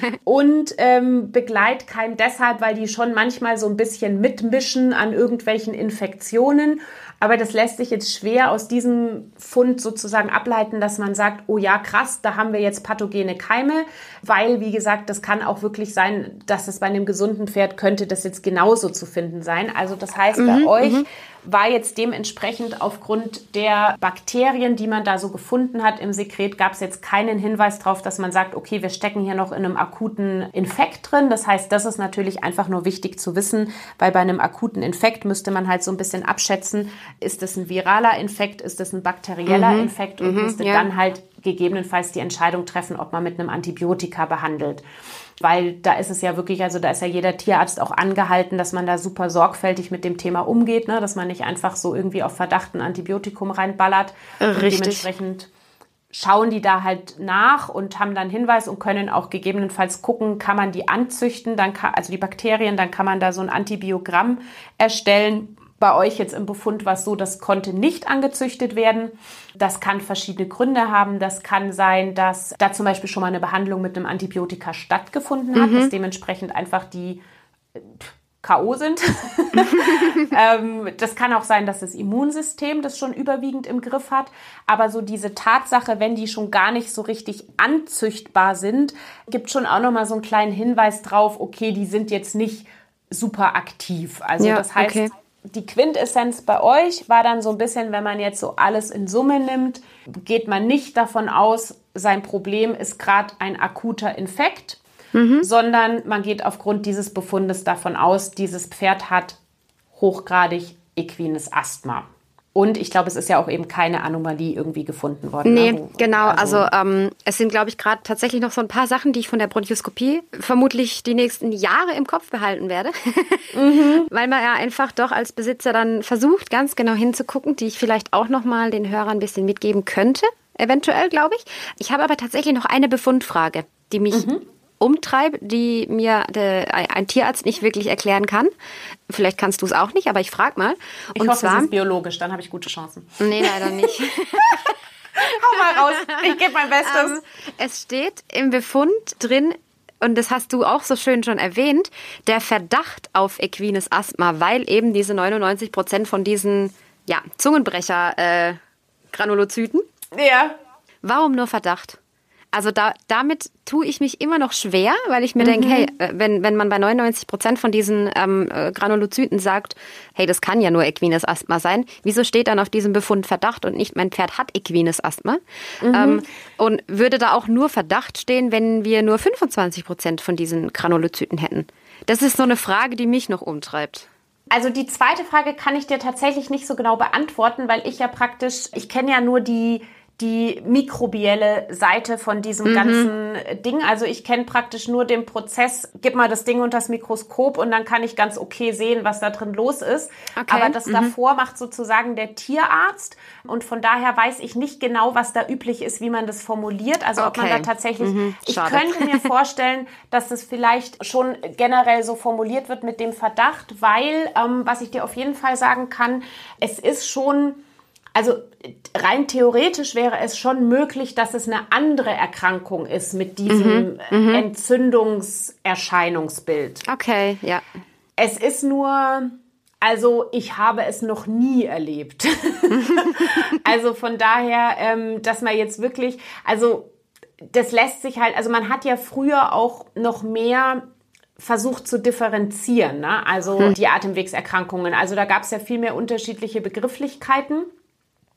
Und Begleitkeim deshalb, weil die schon manchmal so ein bisschen mitmischen an irgendwelchen Infektionen. Aber das lässt sich jetzt schwer aus diesem Fund sozusagen ableiten, dass man sagt, oh ja, krass, da haben wir jetzt pathogene Keime, weil, wie gesagt, das kann auch wirklich sein, dass es bei einem gesunden Pferd könnte das jetzt genauso zu finden sein. Also das heißt, bei euch war jetzt dementsprechend aufgrund der Bakterien, die man da so gefunden hat im Sekret, gab es jetzt keinen Hinweis darauf, dass man sagt, okay, wir stecken hier noch in einem akuten Infekt drin. Das heißt, das ist natürlich einfach nur wichtig zu wissen, weil bei einem akuten Infekt müsste man halt so ein bisschen abschätzen, ist das ein viraler Infekt, ist das ein bakterieller Infekt und müsste dann halt gegebenenfalls die Entscheidung treffen, ob man mit einem Antibiotika behandelt. Weil da ist es ja wirklich, also da ist ja jeder Tierarzt auch angehalten, dass man da super sorgfältig mit dem Thema umgeht, ne? Dass man nicht einfach so irgendwie auf Verdacht ein Antibiotikum reinballert. Und dementsprechend schauen die da halt nach und haben dann Hinweis und können auch gegebenenfalls gucken, kann man die anzüchten, also die Bakterien, dann kann man da so ein Antibiogramm erstellen. Bei euch jetzt im Befund war es so, das konnte nicht angezüchtet werden. Das kann verschiedene Gründe haben. Das kann sein, dass da zum Beispiel schon mal eine Behandlung mit einem Antibiotika stattgefunden hat, dass dementsprechend einfach die K.O. sind. Das kann auch sein, dass das Immunsystem das schon überwiegend im Griff hat. Aber so diese Tatsache, wenn die schon gar nicht so richtig anzüchtbar sind, gibt schon auch nochmal so einen kleinen Hinweis drauf, okay, die sind jetzt nicht super aktiv. Also das heißt, die Quintessenz bei euch war dann so ein bisschen, wenn man jetzt so alles in Summe nimmt, geht man nicht davon aus, sein Problem ist gerade ein akuter Infekt, sondern man geht aufgrund dieses Befundes davon aus, dieses Pferd hat hochgradig equines Asthma. Und ich glaube, es ist ja auch eben keine Anomalie irgendwie gefunden worden. Nee, genau. Also es sind, glaube ich, gerade tatsächlich noch so ein paar Sachen, die ich von der Bronchoskopie vermutlich die nächsten Jahre im Kopf behalten werde. Weil man ja einfach doch als Besitzer dann versucht, ganz genau hinzugucken, die ich vielleicht auch noch mal den Hörern ein bisschen mitgeben könnte. Eventuell, glaube ich. Ich habe aber tatsächlich noch eine Befundfrage, die mich umtreibt, die mir ein Tierarzt nicht wirklich erklären kann. Vielleicht kannst du es auch nicht, aber ich frage mal. Ich hoffe, es ist biologisch, dann habe ich gute Chancen. Nee, leider nicht. Hau mal raus, ich gebe mein Bestes. Es steht im Befund drin, und das hast du auch so schön schon erwähnt, der Verdacht auf equines Asthma, weil eben diese 99% von diesen Zungenbrecher-Granulozyten. Warum nur Verdacht? Also damit tue ich mich immer noch schwer, weil ich mir denke, hey, wenn man bei 99% von diesen Granulozyten sagt, hey, das kann ja nur equines Asthma sein, wieso steht dann auf diesem Befund Verdacht und nicht mein Pferd hat equines Asthma? Und würde da auch nur Verdacht stehen, wenn wir nur 25% von diesen Granulozyten hätten? Das ist so eine Frage, die mich noch umtreibt. Also die zweite Frage kann ich dir tatsächlich nicht so genau beantworten, weil ich kenne ja nur die mikrobielle Seite von diesem ganzen Ding. Also ich kenne praktisch nur den Prozess, gib mal das Ding unter das Mikroskop und dann kann ich ganz okay sehen, was da drin los ist. Okay. Aber das davor macht sozusagen der Tierarzt und von daher weiß ich nicht genau, was da üblich ist, wie man das formuliert. Also ob man da tatsächlich, ich könnte mir vorstellen, dass das vielleicht schon generell so formuliert wird mit dem Verdacht, weil, was ich dir auf jeden Fall sagen kann, es ist schon, also rein theoretisch wäre es schon möglich, dass es eine andere Erkrankung ist mit diesem Entzündungserscheinungsbild. Okay, ja. Es ist nur, also ich habe es noch nie erlebt. Also von daher, dass man jetzt wirklich, also das lässt sich halt, also man hat ja früher auch noch mehr versucht zu differenzieren, ne? Also die Atemwegserkrankungen. Also da gab es ja viel mehr unterschiedliche Begrifflichkeiten.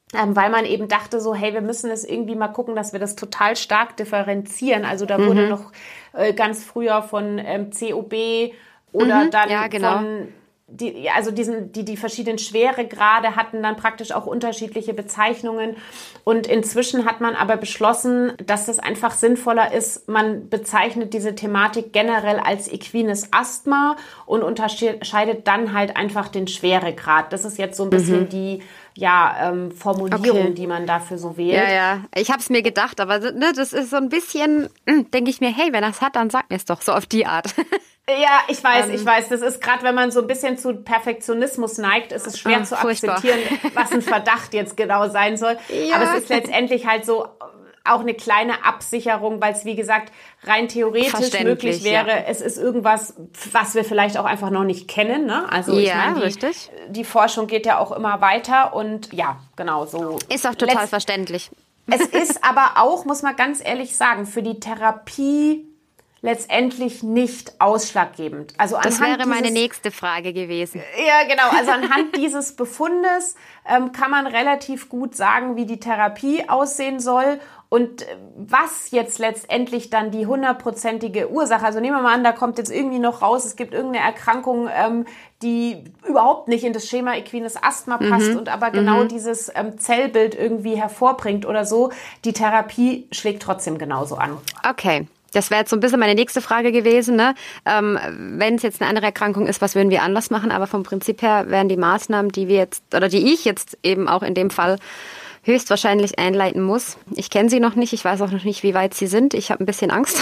weil man eben dachte so, hey, wir müssen es irgendwie mal gucken, dass wir das total stark differenzieren. Also da wurde noch ganz früher von COB oder dann von die verschiedenen Schweregrade hatten dann praktisch auch unterschiedliche Bezeichnungen. Und inzwischen hat man aber beschlossen, dass das einfach sinnvoller ist. Man bezeichnet diese Thematik generell als equines Asthma und unterscheidet dann halt einfach den Schweregrad. Das ist jetzt so ein bisschen die Formulierung, die man dafür so wählt. Ja. Ich habe es mir gedacht, aber das ist so ein bisschen, denke ich mir, hey, wenn das hat, dann sag mir es doch so auf die Art. Ja, ich weiß. Das ist gerade, wenn man so ein bisschen zu Perfektionismus neigt, ist es schwer zu akzeptieren, was ein Verdacht jetzt genau sein soll. Ja. Aber es ist letztendlich halt so auch eine kleine Absicherung, weil es, wie gesagt, rein theoretisch möglich wäre. Ja. Es ist irgendwas, was wir vielleicht auch einfach noch nicht kennen. Ne? Also ich meine, richtig. Die Forschung geht ja auch immer weiter und ja, genau so. Ist auch total verständlich. Es ist aber auch, muss man ganz ehrlich sagen, für die Therapie letztendlich nicht ausschlaggebend. Also das wäre meine nächste Frage gewesen. Ja, genau. Also anhand dieses Befundes kann man relativ gut sagen, wie die Therapie aussehen soll und was jetzt letztendlich dann die 100%ige Ursache, also nehmen wir mal an, da kommt jetzt irgendwie noch raus, es gibt irgendeine Erkrankung, die überhaupt nicht in das Schema equines Asthma passt und aber genau dieses Zellbild irgendwie hervorbringt oder so. Die Therapie schlägt trotzdem genauso an. Okay. Das wäre jetzt so ein bisschen meine nächste Frage gewesen. Ne? Wenn es jetzt eine andere Erkrankung ist, was würden wir anders machen? Aber vom Prinzip her wären die Maßnahmen, die ich jetzt eben auch in dem Fall höchstwahrscheinlich einleiten muss. Ich kenne sie noch nicht. Ich weiß auch noch nicht, wie weit sie sind. Ich habe ein bisschen Angst.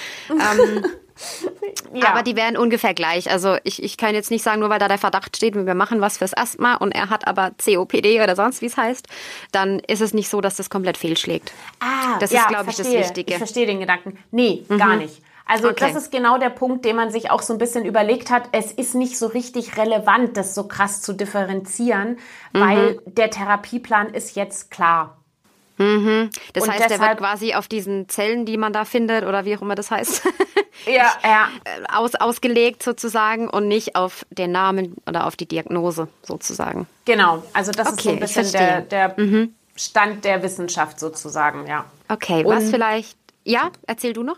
Aber die wären ungefähr gleich. Also ich kann jetzt nicht sagen, nur weil da der Verdacht steht, wir machen was fürs Asthma und er hat aber COPD oder sonst wie es heißt, dann ist es nicht so, dass das komplett fehlschlägt. Das ist, glaube ich, das Wichtige. Ich verstehe den Gedanken. Nee, gar nicht. Also das ist genau der Punkt, den man sich auch so ein bisschen überlegt hat. Es ist nicht so richtig relevant, das so krass zu differenzieren, weil der Therapieplan ist jetzt klar. Das heißt, der wird quasi auf diesen Zellen, die man da findet oder wie auch immer das heißt, ausgelegt sozusagen und nicht auf den Namen oder auf die Diagnose sozusagen. Genau, also das ist so ein bisschen der Stand der Wissenschaft sozusagen, ja. Okay, was vielleicht... Ja, erzähl du noch.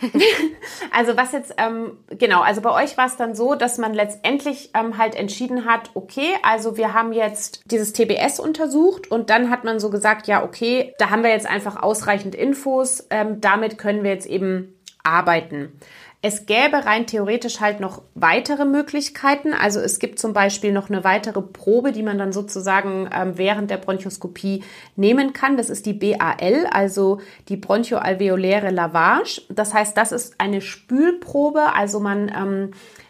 Also was jetzt, also bei euch war es dann so, dass man letztendlich halt entschieden hat, okay, also wir haben jetzt dieses TBS untersucht und dann hat man so gesagt, ja, okay, da haben wir jetzt einfach ausreichend Infos, damit können wir jetzt eben arbeiten. Es gäbe rein theoretisch halt noch weitere Möglichkeiten. Also es gibt zum Beispiel noch eine weitere Probe, die man dann sozusagen während der Bronchoskopie nehmen kann. Das ist die BAL, also die bronchoalveoläre Lavage. Das heißt, das ist eine Spülprobe. Also man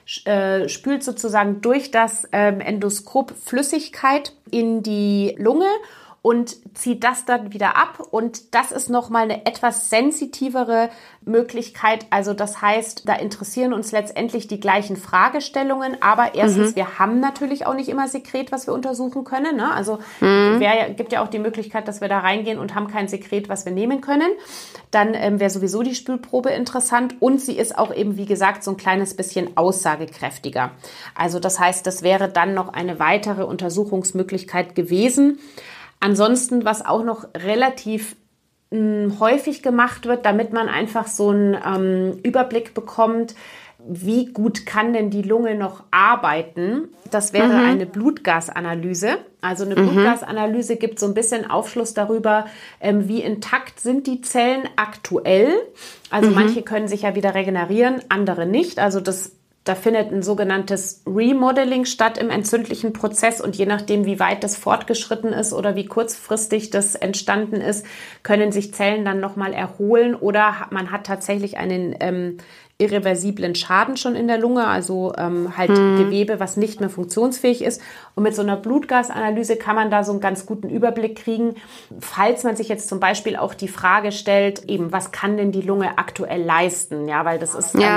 spült sozusagen durch das Endoskop Flüssigkeit in die Lunge und zieht das dann wieder ab. Und das ist nochmal eine etwas sensitivere Möglichkeit. Also das heißt, da interessieren uns letztendlich die gleichen Fragestellungen. Aber erstens, wir haben natürlich auch nicht immer Sekret, was wir untersuchen können. Ne? Also gibt ja auch die Möglichkeit, dass wir da reingehen und haben kein Sekret, was wir nehmen können. Dann wäre sowieso die Spülprobe interessant. Und sie ist auch eben, wie gesagt, so ein kleines bisschen aussagekräftiger. Also das heißt, das wäre dann noch eine weitere Untersuchungsmöglichkeit gewesen. Ansonsten, was auch noch relativ häufig gemacht wird, damit man einfach so einen Überblick bekommt, wie gut kann denn die Lunge noch arbeiten, das wäre eine Blutgasanalyse. Also eine Blutgasanalyse gibt so ein bisschen Aufschluss darüber, wie intakt sind die Zellen aktuell. Also manche können sich ja wieder regenerieren, andere nicht. Also da findet ein sogenanntes Remodeling statt im entzündlichen Prozess und je nachdem, wie weit das fortgeschritten ist oder wie kurzfristig das entstanden ist, können sich Zellen dann nochmal erholen oder man hat tatsächlich einen irreversiblen Schaden schon in der Lunge, also Gewebe, was nicht mehr funktionsfähig ist. Und mit so einer Blutgasanalyse kann man da so einen ganz guten Überblick kriegen, falls man sich jetzt zum Beispiel auch die Frage stellt, eben, was kann denn die Lunge aktuell leisten? Ja, weil das ist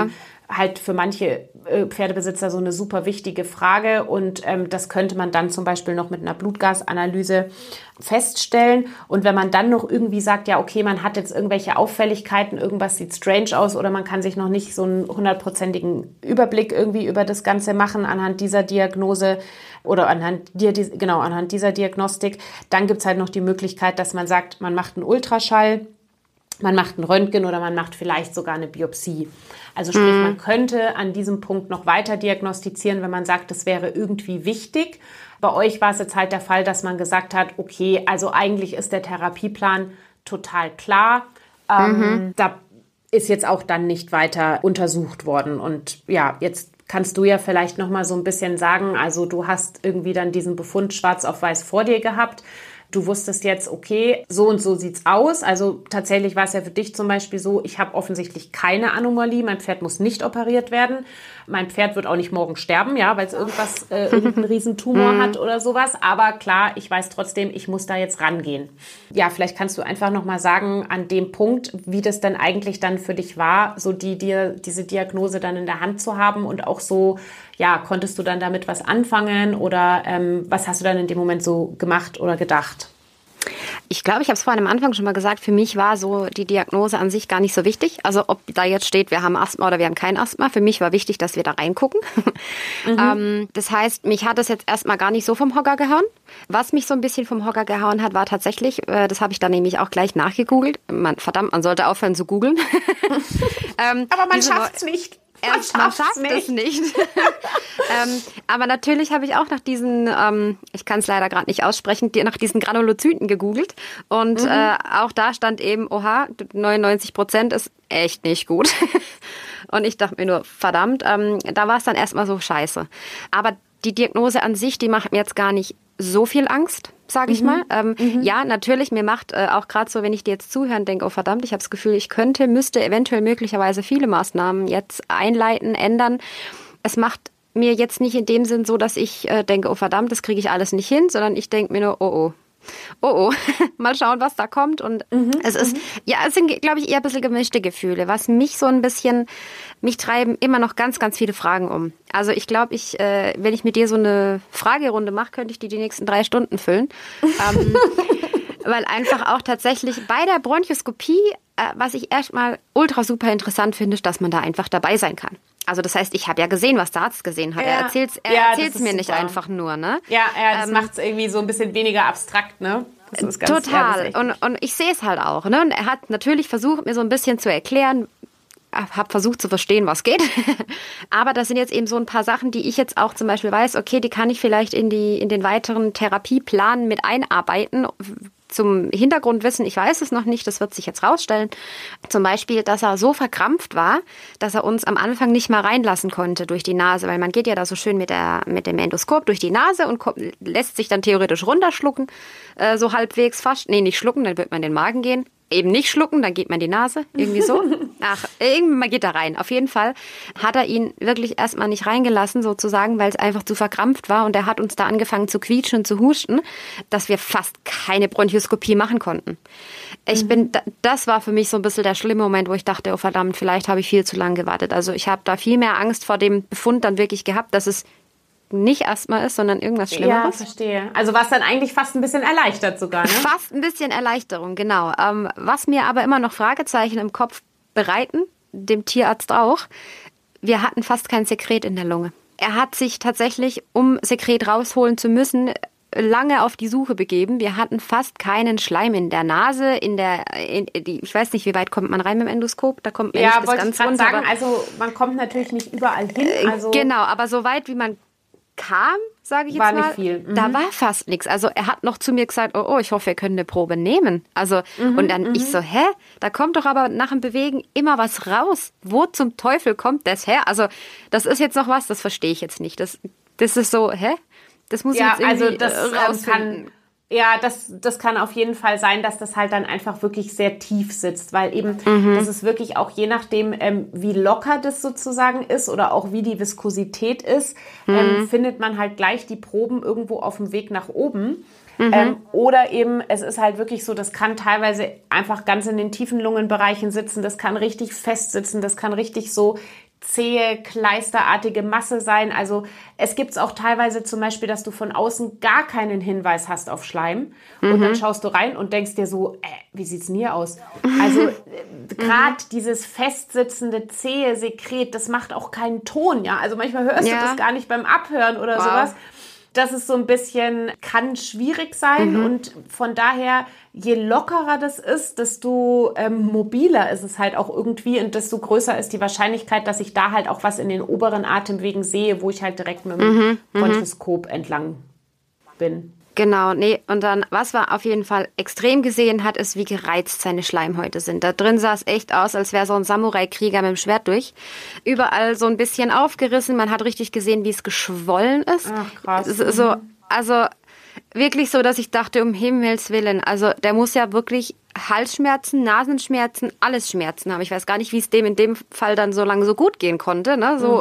halt für manche Pferdebesitzer so eine super wichtige Frage und das könnte man dann zum Beispiel noch mit einer Blutgasanalyse feststellen. Und wenn man dann noch irgendwie sagt, ja okay, man hat jetzt irgendwelche Auffälligkeiten, irgendwas sieht strange aus oder man kann sich noch nicht so einen 100%igen Überblick irgendwie über das Ganze machen anhand dieser Diagnose oder anhand dieser Diagnostik, dann gibt es halt noch die Möglichkeit, dass man sagt, man macht einen Ultraschall, man macht ein Röntgen oder man macht vielleicht sogar eine Biopsie. Also sprich, man könnte an diesem Punkt noch weiter diagnostizieren, wenn man sagt, das wäre irgendwie wichtig. Bei euch war es jetzt halt der Fall, dass man gesagt hat, okay, also eigentlich ist der Therapieplan total klar. Da ist jetzt auch dann nicht weiter untersucht worden. Und ja, jetzt kannst du ja vielleicht noch mal so ein bisschen sagen, also du hast irgendwie dann diesen Befund schwarz auf weiß vor dir gehabt. Du wusstest jetzt, okay, so und so sieht's aus. Also tatsächlich war es ja für dich zum Beispiel so, ich habe offensichtlich keine Anomalie, mein Pferd muss nicht operiert werden. Mein Pferd wird auch nicht morgen sterben, ja, weil es irgendeinen Riesentumor hat oder sowas. Aber klar, ich weiß trotzdem, ich muss da jetzt rangehen. Ja, vielleicht kannst du einfach nochmal sagen, an dem Punkt, wie das denn eigentlich dann für dich war, so diese Diagnose dann in der Hand zu haben und auch so, ja, konntest du dann damit was anfangen oder was hast du dann in dem Moment so gemacht oder gedacht? Ich glaube, ich habe es vorhin am Anfang schon mal gesagt, für mich war so die Diagnose an sich gar nicht so wichtig. Also ob da jetzt steht, wir haben Asthma oder wir haben kein Asthma. Für mich war wichtig, dass wir da reingucken. Das heißt, mich hat es jetzt erstmal gar nicht so vom Hocker gehauen. Was mich so ein bisschen vom Hocker gehauen hat, war tatsächlich, das habe ich dann nämlich auch gleich nachgegoogelt. Man sollte aufhören zu googeln. Aber man schafft es nicht. Man schafft es nicht. Aber natürlich habe ich auch nach diesen, ich kann es leider gerade nicht aussprechen, nach diesen Granulozyten gegoogelt. Und auch da stand eben, oha, 99% ist echt nicht gut. Und ich dachte mir nur, verdammt, da war es dann erstmal so scheiße. Aber die Diagnose an sich, die macht mir jetzt gar nicht so viel Angst, sage ich mal. Ja, natürlich, mir macht auch gerade so, wenn ich dir jetzt zuhöre und denke, oh verdammt, ich habe das Gefühl, ich müsste eventuell möglicherweise viele Maßnahmen jetzt einleiten, ändern. Es macht mir jetzt nicht in dem Sinn so, dass ich denke, oh verdammt, das kriege ich alles nicht hin, sondern ich denke mir nur, oh, mal schauen, was da kommt. Und es sind, glaube ich, eher ein bisschen gemischte Gefühle. Was mich so ein bisschen, mich treiben immer noch ganz, ganz viele Fragen um. Also ich glaube, wenn ich mit dir so eine Fragerunde mache, könnte ich die nächsten 3 Stunden füllen. Weil einfach auch tatsächlich bei der Bronchoskopie, was ich erstmal ultra super interessant finde, ist, dass man da einfach dabei sein kann. Also das heißt, ich habe ja gesehen, was der Arzt gesehen hat. Er erzählt's mir nicht einfach nur, ne? Ja, das macht es irgendwie so ein bisschen weniger abstrakt, ne? Das ist ganz, total. Und ich sehe es halt auch, ne? Und er hat natürlich versucht, mir so ein bisschen zu erklären, habe versucht zu verstehen, was geht. Aber das sind jetzt eben so ein paar Sachen, die ich jetzt auch zum Beispiel weiß, okay, die kann ich vielleicht in den weiteren Therapieplan mit einarbeiten. Zum Hintergrundwissen, ich weiß es noch nicht, das wird sich jetzt rausstellen. Zum Beispiel, dass er so verkrampft war, dass er uns am Anfang nicht mal reinlassen konnte durch die Nase, weil man geht ja da so schön mit dem Endoskop durch die Nase und lässt sich dann theoretisch runterschlucken, so halbwegs fast. Nee, nicht schlucken, dann wird man in den Magen gehen. Eben nicht schlucken, dann geht man die Nase, irgendwie so. Man geht da rein. Auf jeden Fall hat er ihn wirklich erstmal nicht reingelassen, sozusagen, weil es einfach zu verkrampft war. Und er hat uns da angefangen zu quietschen und zu husten, dass wir fast keine Bronchoskopie machen konnten. Das war für mich so ein bisschen der schlimme Moment, wo ich dachte, oh verdammt, vielleicht habe ich viel zu lange gewartet. Also ich habe da viel mehr Angst vor dem Befund dann wirklich gehabt, dass es nicht Asthma ist, sondern irgendwas Schlimmeres. Ja, verstehe. Also war es dann eigentlich fast ein bisschen erleichtert sogar, ne? Fast ein bisschen Erleichterung, genau. Was mir aber immer noch Fragezeichen im Kopf bereiten, dem Tierarzt auch, wir hatten fast kein Sekret in der Lunge. Er hat sich tatsächlich, um Sekret rausholen zu müssen, lange auf die Suche begeben. Wir hatten fast keinen Schleim in der Nase, ich weiß nicht, wie weit kommt man rein mit dem Endoskop? Da kommt man nicht bis ganz runter. Sagen, also man kommt natürlich nicht überall hin. Also genau, aber so weit, wie man kam, sage ich jetzt mal, war nicht viel. Da war fast nichts. Also er hat noch zu mir gesagt, oh, ich hoffe, wir können eine Probe nehmen. Also und dann ich so, da kommt doch aber nach dem Bewegen immer was raus. Wo zum Teufel kommt das her? Also das ist jetzt noch was, das verstehe ich jetzt nicht. Das ist so, das muss ich jetzt irgendwie rausfinden. Das kann auf jeden Fall sein, dass das halt dann einfach wirklich sehr tief sitzt, weil eben das ist wirklich auch je nachdem, wie locker das sozusagen ist oder auch wie die Viskosität ist, findet man halt gleich die Proben irgendwo auf dem Weg nach oben. Oder eben, es ist halt wirklich so, das kann teilweise einfach ganz in den tiefen Lungenbereichen sitzen, das kann richtig fest sitzen, das kann richtig so zähe, kleisterartige Masse sein. Also es gibt es auch teilweise zum Beispiel, dass du von außen gar keinen Hinweis hast auf Schleim und dann schaust du rein und denkst dir so, wie sieht's denn hier aus? Also gerade dieses festsitzende, zähe Sekret, das macht auch keinen Ton, ja. Also manchmal hörst du das gar nicht beim Abhören oder sowas. Das ist so ein bisschen, kann schwierig sein und von daher, je lockerer das ist, desto mobiler ist es halt auch irgendwie und desto größer ist die Wahrscheinlichkeit, dass ich da halt auch was in den oberen Atemwegen sehe, wo ich halt direkt mit dem Bronchoskop entlang bin. Genau, nee, und dann, was man auf jeden Fall extrem gesehen hat, ist, wie gereizt seine Schleimhäute sind. Da drin sah es echt aus, als wäre so ein Samurai-Krieger mit dem Schwert durch. Überall so ein bisschen aufgerissen, man hat richtig gesehen, wie es geschwollen ist. Ach, krass. So, also wirklich so, dass ich dachte, um Himmels Willen, also der muss ja wirklich Halsschmerzen, Nasenschmerzen, alles Schmerzen haben. Ich weiß gar nicht, wie es dem in dem Fall dann so lange so gut gehen konnte, ne, so.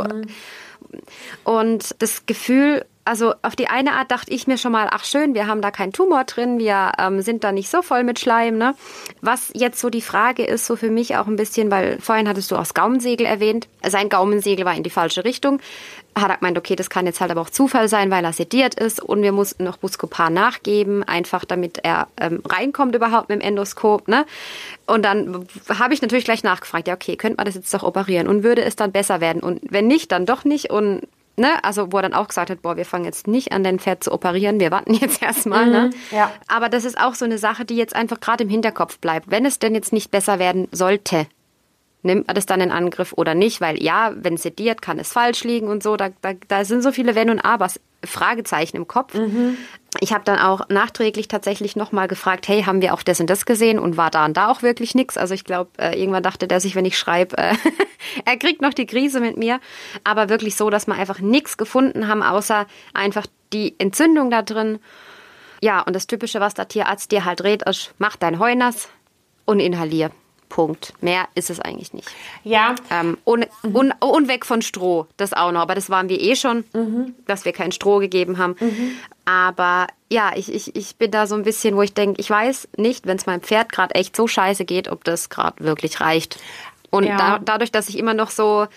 Und das Gefühl, also auf die eine Art dachte ich mir schon mal, ach schön, wir haben da keinen Tumor drin, wir sind da nicht so voll mit Schleim, ne? Was jetzt so die Frage ist, so für mich auch ein bisschen, weil vorhin hattest du auch das Gaumensegel erwähnt. Sein Gaumensegel war in die falsche Richtung. Hat er gemeint, okay, das kann jetzt halt aber auch Zufall sein, weil er sediert ist und wir mussten noch Buscopan nachgeben, einfach damit er reinkommt überhaupt mit dem Endoskop, ne? Und dann habe ich natürlich gleich nachgefragt, ja okay, könnte man das jetzt doch operieren und würde es dann besser werden und wenn nicht, dann doch nicht und ne, also wo er dann auch gesagt hat, wir fangen jetzt nicht an, den Pferd zu operieren, wir warten jetzt erstmal. Ne? Ja. Aber das ist auch so eine Sache, die jetzt einfach gerade im Hinterkopf bleibt. Wenn es denn jetzt nicht besser werden sollte, nimmt man das dann in Angriff oder nicht? Weil ja, wenn sediert, kann es falsch liegen und so. Da sind so viele Wenn und Abers, Fragezeichen im Kopf. Ich habe dann auch nachträglich tatsächlich nochmal gefragt, hey, haben wir auch das und das gesehen und war da und da auch wirklich nichts? Also ich glaube, irgendwann dachte der sich, wenn ich schreibe, er kriegt noch die Krise mit mir. Aber wirklich so, dass wir einfach nichts gefunden haben, außer einfach die Entzündung da drin. Ja, und das Typische, was der Tierarzt dir halt rät, ist, mach dein Heu nass und inhalier. Punkt. Mehr ist es eigentlich nicht. Ja. Und weg von Stroh, das auch noch. Aber das waren wir eh schon, dass wir kein Stroh gegeben haben. Aber ja, ich bin da so ein bisschen, wo ich denke, ich weiß nicht, wenn es meinem Pferd gerade echt so scheiße geht, ob das gerade wirklich reicht. Und dadurch, dass ich immer noch so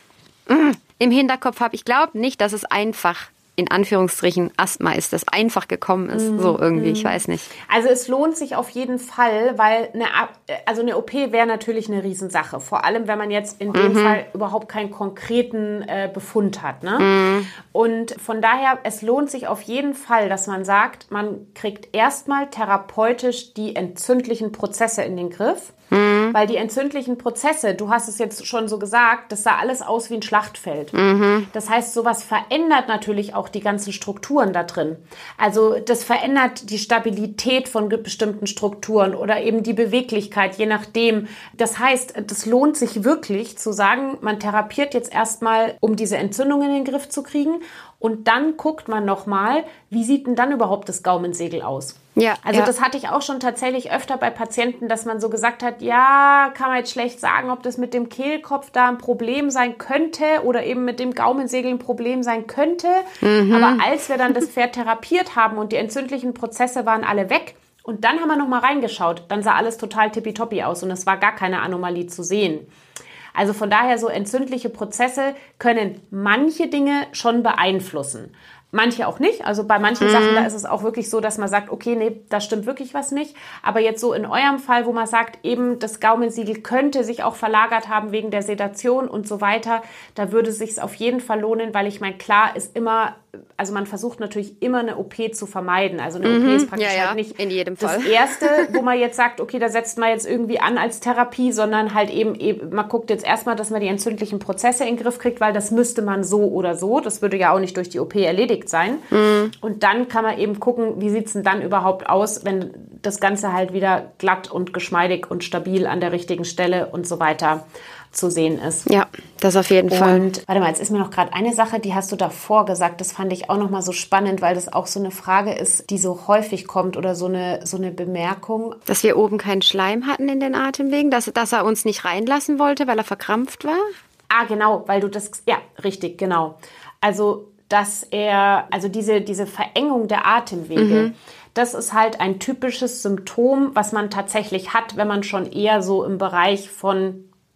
im Hinterkopf habe, ich glaube nicht, dass es einfach in Anführungsstrichen Asthma ist, das einfach gekommen ist. So irgendwie, ich weiß nicht. Also es lohnt sich auf jeden Fall, weil eine OP wäre natürlich eine Riesensache. Vor allem, wenn man jetzt in dem Fall überhaupt keinen konkreten Befund hat. Ne? Und von daher, es lohnt sich auf jeden Fall, dass man sagt, man kriegt erstmal therapeutisch die entzündlichen Prozesse in den Griff. Weil die entzündlichen Prozesse, du hast es jetzt schon so gesagt, das sah alles aus wie ein Schlachtfeld. Das heißt, sowas verändert natürlich auch die ganzen Strukturen da drin. Also das verändert die Stabilität von bestimmten Strukturen oder eben die Beweglichkeit, je nachdem. Das heißt, das lohnt sich wirklich zu sagen, man therapiert jetzt erstmal, um diese Entzündung in den Griff zu kriegen. Und dann guckt man nochmal, wie sieht denn dann überhaupt das Gaumensegel aus? Ja, also das hatte ich auch schon tatsächlich öfter bei Patienten, dass man so gesagt hat, ja, kann man jetzt schlecht sagen, ob das mit dem Kehlkopf da ein Problem sein könnte oder eben mit dem Gaumensegel ein Problem sein könnte. Aber als wir dann das Pferd therapiert haben und die entzündlichen Prozesse waren alle weg und dann haben wir nochmal reingeschaut, dann sah alles total tippitoppi aus und es war gar keine Anomalie zu sehen. Also von daher, so entzündliche Prozesse können manche Dinge schon beeinflussen. Manche auch nicht. Also bei manchen Sachen, da ist es auch wirklich so, dass man sagt, okay, nee, da stimmt wirklich was nicht. Aber jetzt so in eurem Fall, wo man sagt, eben das Gaumensegel könnte sich auch verlagert haben wegen der Sedation und so weiter, da würde es sich auf jeden Fall lohnen, weil ich meine, klar ist immer, also man versucht natürlich immer eine OP zu vermeiden. Also eine OP ist praktisch halt nicht in jedem Fall das Erste, wo man jetzt sagt, okay, da setzt man jetzt irgendwie an als Therapie, sondern halt eben man guckt jetzt erstmal, dass man die entzündlichen Prozesse in den Griff kriegt, weil das müsste man so oder so. Das würde ja auch nicht durch die OP erledigt sein. Und dann kann man eben gucken, wie sieht es denn dann überhaupt aus, wenn das Ganze halt wieder glatt und geschmeidig und stabil an der richtigen Stelle und so weiter zu sehen ist. Ja, das auf jeden Fall. Und warte mal, jetzt ist mir noch gerade eine Sache, die hast du davor gesagt, das fand ich auch noch mal so spannend, weil das auch so eine Frage ist, die so häufig kommt oder so eine Bemerkung. Dass wir oben keinen Schleim hatten in den Atemwegen, dass er uns nicht reinlassen wollte, weil er verkrampft war? Ah, genau, weil du das, ja, richtig, genau. Also, dass also diese Verengung der Atemwege, das ist halt ein typisches Symptom, was man tatsächlich hat, wenn man schon eher so im Bereich von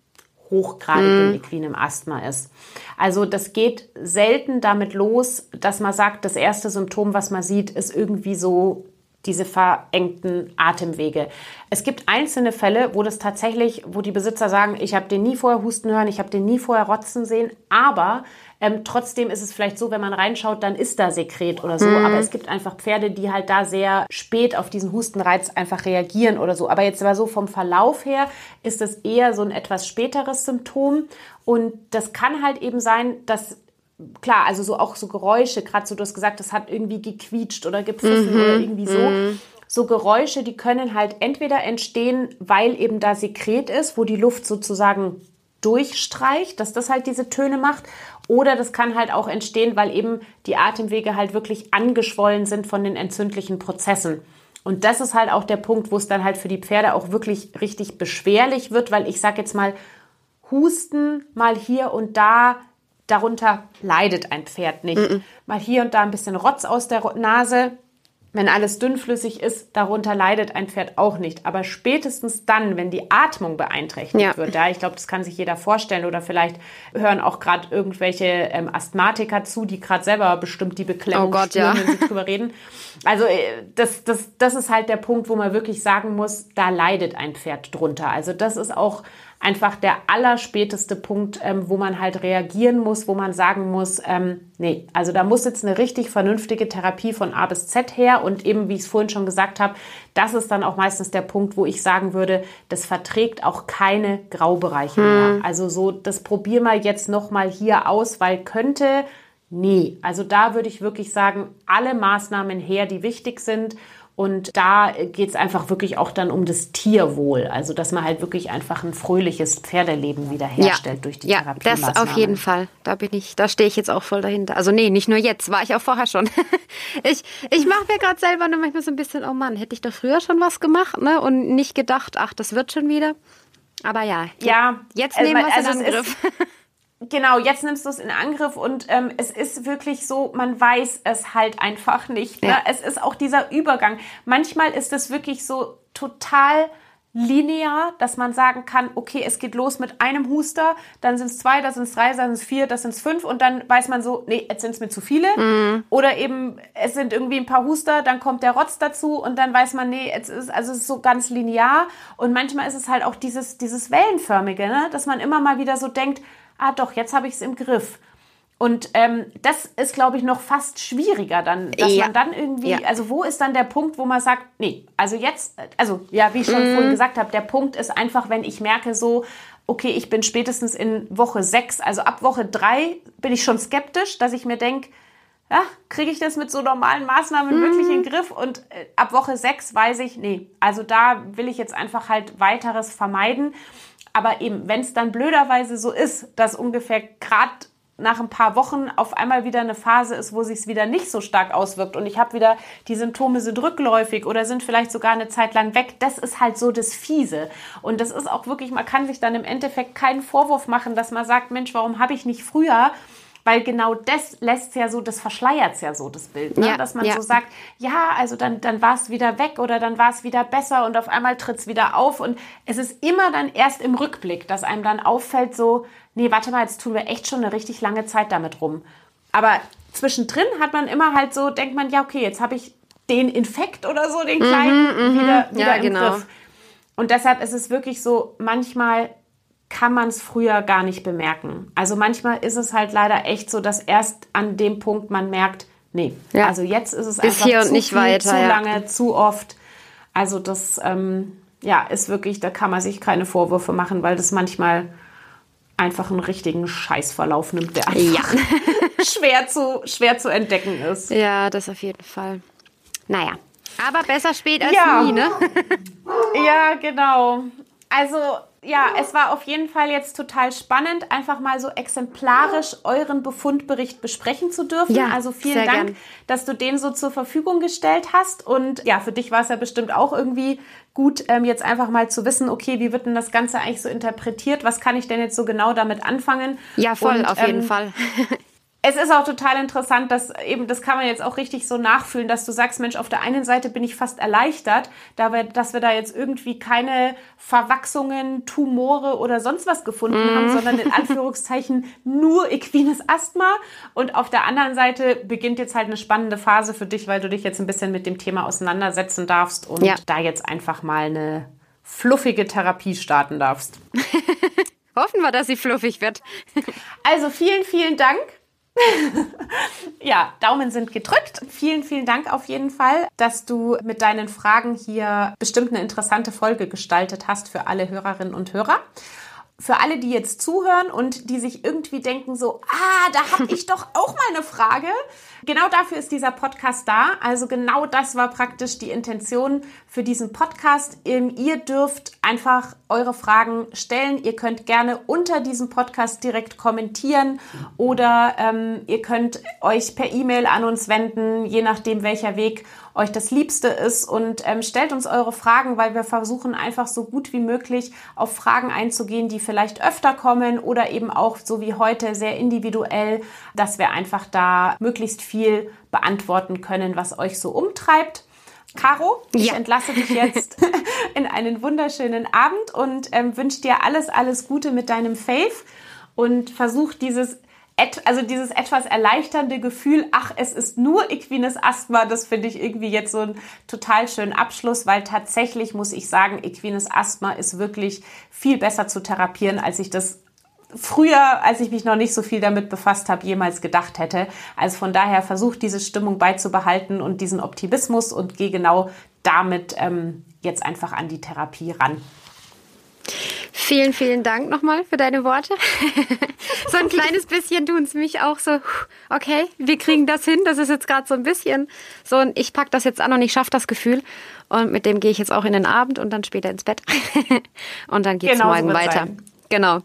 hochgradigem equinem Asthma ist. Also das geht selten damit los, dass man sagt, das erste Symptom, was man sieht, ist irgendwie so diese verengten Atemwege. Es gibt einzelne Fälle, wo das tatsächlich, wo die Besitzer sagen, ich habe den nie vorher husten hören, ich habe den nie vorher rotzen sehen, aber trotzdem ist es vielleicht so, wenn man reinschaut, dann ist da Sekret oder so. Aber es gibt einfach Pferde, die halt da sehr spät auf diesen Hustenreiz einfach reagieren oder so. Aber jetzt aber so vom Verlauf her ist es eher so ein etwas späteres Symptom. Und das kann halt eben sein, dass klar, also so auch so Geräusche, gerade so, du hast gesagt, das hat irgendwie gequietscht oder gepfiffen oder irgendwie so. So Geräusche, die können halt entweder entstehen, weil eben da Sekret ist, wo die Luft sozusagen durchstreicht, dass das halt diese Töne macht. Oder das kann halt auch entstehen, weil eben die Atemwege halt wirklich angeschwollen sind von den entzündlichen Prozessen. Und das ist halt auch der Punkt, wo es dann halt für die Pferde auch wirklich richtig beschwerlich wird, weil ich sage jetzt mal, Husten mal hier und da, darunter leidet ein Pferd nicht. Mal hier und da ein bisschen Rotz aus der Nase, wenn alles dünnflüssig ist, darunter leidet ein Pferd auch nicht. Aber spätestens dann, wenn die Atmung beeinträchtigt wird, ich glaube, das kann sich jeder vorstellen oder vielleicht hören auch gerade irgendwelche Asthmatiker zu, die gerade selber bestimmt die Beklemmung spüren, wenn sie drüber reden. Also das ist halt der Punkt, wo man wirklich sagen muss, da leidet ein Pferd drunter. Also das ist auch einfach der allerspäteste Punkt, wo man halt reagieren muss, wo man sagen muss, nee, also da muss jetzt eine richtig vernünftige Therapie von A bis Z her und eben, wie ich es vorhin schon gesagt habe, das ist dann auch meistens der Punkt, wo ich sagen würde, das verträgt auch keine Graubereiche mehr. Also so, das probieren wir jetzt nochmal hier aus, weil könnte, nee. Also da würde ich wirklich sagen, alle Maßnahmen her, die wichtig sind. Und da geht es einfach wirklich auch dann um das Tierwohl. Also, dass man halt wirklich einfach ein fröhliches Pferdeleben wiederherstellt durch die Therapiemaßnahmen. Das auf jeden Fall. Da stehe ich jetzt auch voll dahinter. Also nee, nicht nur jetzt, war ich auch vorher schon. Ich mache mir gerade selber nur manchmal so ein bisschen, oh Mann, hätte ich doch früher schon was gemacht, ne? Und nicht gedacht, ach, das wird schon wieder. Aber jetzt nehmen wir es in Angriff. Genau, jetzt nimmst du es in Angriff und es ist wirklich so, man weiß es halt einfach nicht. Ne? Es ist auch dieser Übergang. Manchmal ist es wirklich so total linear, dass man sagen kann, okay, es geht los mit einem Huster, dann sind es 2, dann sind es 3, dann sind es 4, dann sind es 5 und dann weiß man so, nee, jetzt sind es mir zu viele. Oder eben, es sind irgendwie ein paar Huster, dann kommt der Rotz dazu und dann weiß man, nee, es ist so ganz linear. Und manchmal ist es halt auch dieses Wellenförmige, ne? Dass man immer mal wieder so denkt, ah doch, jetzt habe ich es im Griff. Und das ist, glaube ich, noch fast schwieriger dann, dass man dann irgendwie, also wo ist dann der Punkt, wo man sagt, nee, also jetzt, also ja, wie ich schon vorhin gesagt habe, der Punkt ist einfach, wenn ich merke so, okay, ich bin spätestens in Woche 6, also ab Woche 3 bin ich schon skeptisch, dass ich mir denke, ja, kriege ich das mit so normalen Maßnahmen wirklich in den Griff? Und ab Woche 6 weiß ich, nee, also da will ich jetzt einfach halt weiteres vermeiden. Aber eben, wenn es dann blöderweise so ist, dass ungefähr gerade nach ein paar Wochen auf einmal wieder eine Phase ist, wo sich es wieder nicht so stark auswirkt und ich habe wieder, die Symptome sind rückläufig oder sind vielleicht sogar eine Zeit lang weg, das ist halt so das Fiese. Und das ist auch wirklich, man kann sich dann im Endeffekt keinen Vorwurf machen, dass man sagt, Mensch, warum habe ich nicht früher? Weil genau das lässt ja so, das verschleiert ja so das Bild, ne? Dass man so sagt, ja, also dann war es wieder weg oder dann war es wieder besser und auf einmal tritt es wieder auf. Und es ist immer dann erst im Rückblick, dass einem dann auffällt so, nee, warte mal, jetzt tun wir echt schon eine richtig lange Zeit damit rum. Aber zwischendrin hat man immer halt so, denkt man, ja, okay, jetzt habe ich den Infekt oder so, den kleinen, wieder im Griff. Und deshalb ist es wirklich so, manchmal kann man es früher gar nicht bemerken. Also manchmal ist es halt leider echt so, dass erst an dem Punkt man merkt, nee, also jetzt ist es einfach hier und zu nicht viel, weiter, zu lange, zu oft. Also das ist wirklich, da kann man sich keine Vorwürfe machen, weil das manchmal einfach einen richtigen Scheißverlauf nimmt, der einfach schwer zu entdecken ist. Ja, das auf jeden Fall. Naja, aber besser spät als nie, ne? Ja, genau. Also, ja, es war auf jeden Fall jetzt total spannend, einfach mal so exemplarisch euren Befundbericht besprechen zu dürfen. Ja, also vielen Dank, gern, dass du den so zur Verfügung gestellt hast. Und ja, für dich war es ja bestimmt auch irgendwie gut, jetzt einfach mal zu wissen, okay, wie wird denn das Ganze eigentlich so interpretiert? Was kann ich denn jetzt so genau damit anfangen? Ja, voll, auf jeden Fall. Es ist auch total interessant, dass eben, das kann man jetzt auch richtig so nachfühlen, dass du sagst, Mensch, auf der einen Seite bin ich fast erleichtert, dass wir da jetzt irgendwie keine Verwachsungen, Tumore oder sonst was gefunden haben, sondern in Anführungszeichen nur equines Asthma. Und auf der anderen Seite beginnt jetzt halt eine spannende Phase für dich, weil du dich jetzt ein bisschen mit dem Thema auseinandersetzen darfst und da jetzt einfach mal eine fluffige Therapie starten darfst. Hoffen wir, dass sie fluffig wird. Also vielen, vielen Dank. Ja, Daumen sind gedrückt. Vielen, vielen Dank auf jeden Fall, dass du mit deinen Fragen hier bestimmt eine interessante Folge gestaltet hast für alle Hörerinnen und Hörer. Für alle, die jetzt zuhören und die sich irgendwie denken so, da habe ich doch auch mal eine Frage. Genau dafür ist dieser Podcast da. Also genau das war praktisch die Intention für diesen Podcast. Ihr dürft einfach eure Fragen stellen. Ihr könnt gerne unter diesem Podcast direkt kommentieren oder ihr könnt euch per E-Mail an uns wenden, je nachdem, welcher Weg euch das Liebste ist, und stellt uns eure Fragen, weil wir versuchen einfach so gut wie möglich auf Fragen einzugehen, die vielleicht öfter kommen oder eben auch so wie heute sehr individuell, dass wir einfach da möglichst viel beantworten können, was euch so umtreibt. Caro, ich entlasse dich jetzt in einen wunderschönen Abend und wünsche dir alles, alles Gute mit deinem Fave und versuch dieses etwas erleichternde Gefühl, es ist nur equines Asthma, das finde ich irgendwie jetzt so einen total schönen Abschluss, weil tatsächlich muss ich sagen, equines Asthma ist wirklich viel besser zu therapieren, als ich das früher, als ich mich noch nicht so viel damit befasst habe, jemals gedacht hätte. Also von daher versucht diese Stimmung beizubehalten und diesen Optimismus und gehe genau damit jetzt einfach an die Therapie ran. Vielen, vielen Dank nochmal für deine Worte. So ein kleines bisschen tun es mich auch so, okay, wir kriegen das hin. Das ist jetzt gerade so ein bisschen so, und ich packe das jetzt an und ich schaffe das Gefühl. Und mit dem gehe ich jetzt auch in den Abend und dann später ins Bett. Und dann geht es morgen weiter. Sein. Genau.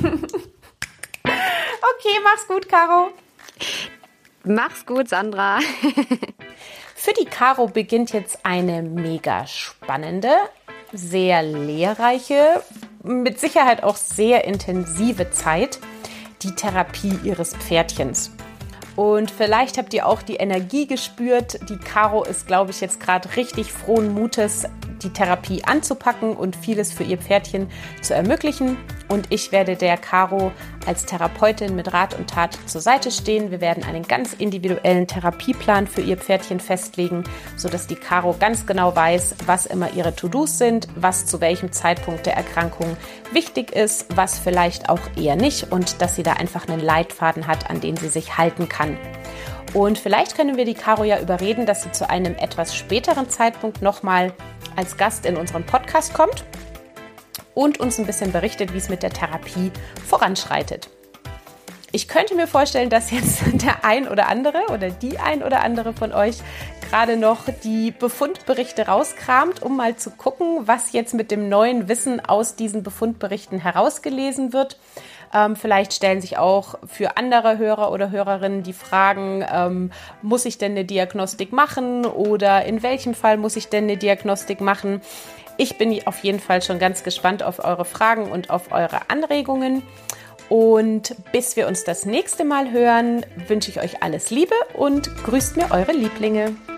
Okay, mach's gut, Caro. Mach's gut, Sandra. Für die Caro beginnt jetzt eine mega spannende, sehr lehrreiche, mit Sicherheit auch sehr intensive Zeit, die Therapie ihres Pferdchens. Und vielleicht habt ihr auch die Energie gespürt. Die Caro ist, glaube ich, jetzt gerade richtig frohen Mutes, die Therapie anzupacken und vieles für ihr Pferdchen zu ermöglichen. Und ich werde der Caro als Therapeutin mit Rat und Tat zur Seite stehen. Wir werden einen ganz individuellen Therapieplan für ihr Pferdchen festlegen, sodass die Caro ganz genau weiß, was immer ihre To-Dos sind, was zu welchem Zeitpunkt der Erkrankung wichtig ist, was vielleicht auch eher nicht, und dass sie da einfach einen Leitfaden hat, an den sie sich halten kann. Und vielleicht können wir die Caro ja überreden, dass sie zu einem etwas späteren Zeitpunkt nochmal als Gast in unseren Podcast kommt und uns ein bisschen berichtet, wie es mit der Therapie voranschreitet. Ich könnte mir vorstellen, dass jetzt der ein oder andere oder die ein oder andere von euch gerade noch die Befundberichte rauskramt, um mal zu gucken, was jetzt mit dem neuen Wissen aus diesen Befundberichten herausgelesen wird. Vielleicht stellen sich auch für andere Hörer oder Hörerinnen die Fragen, muss ich denn eine Diagnostik machen oder in welchem Fall muss ich denn eine Diagnostik machen? Ich bin auf jeden Fall schon ganz gespannt auf eure Fragen und auf eure Anregungen. Und bis wir uns das nächste Mal hören, wünsche ich euch alles Liebe und grüßt mir eure Lieblinge.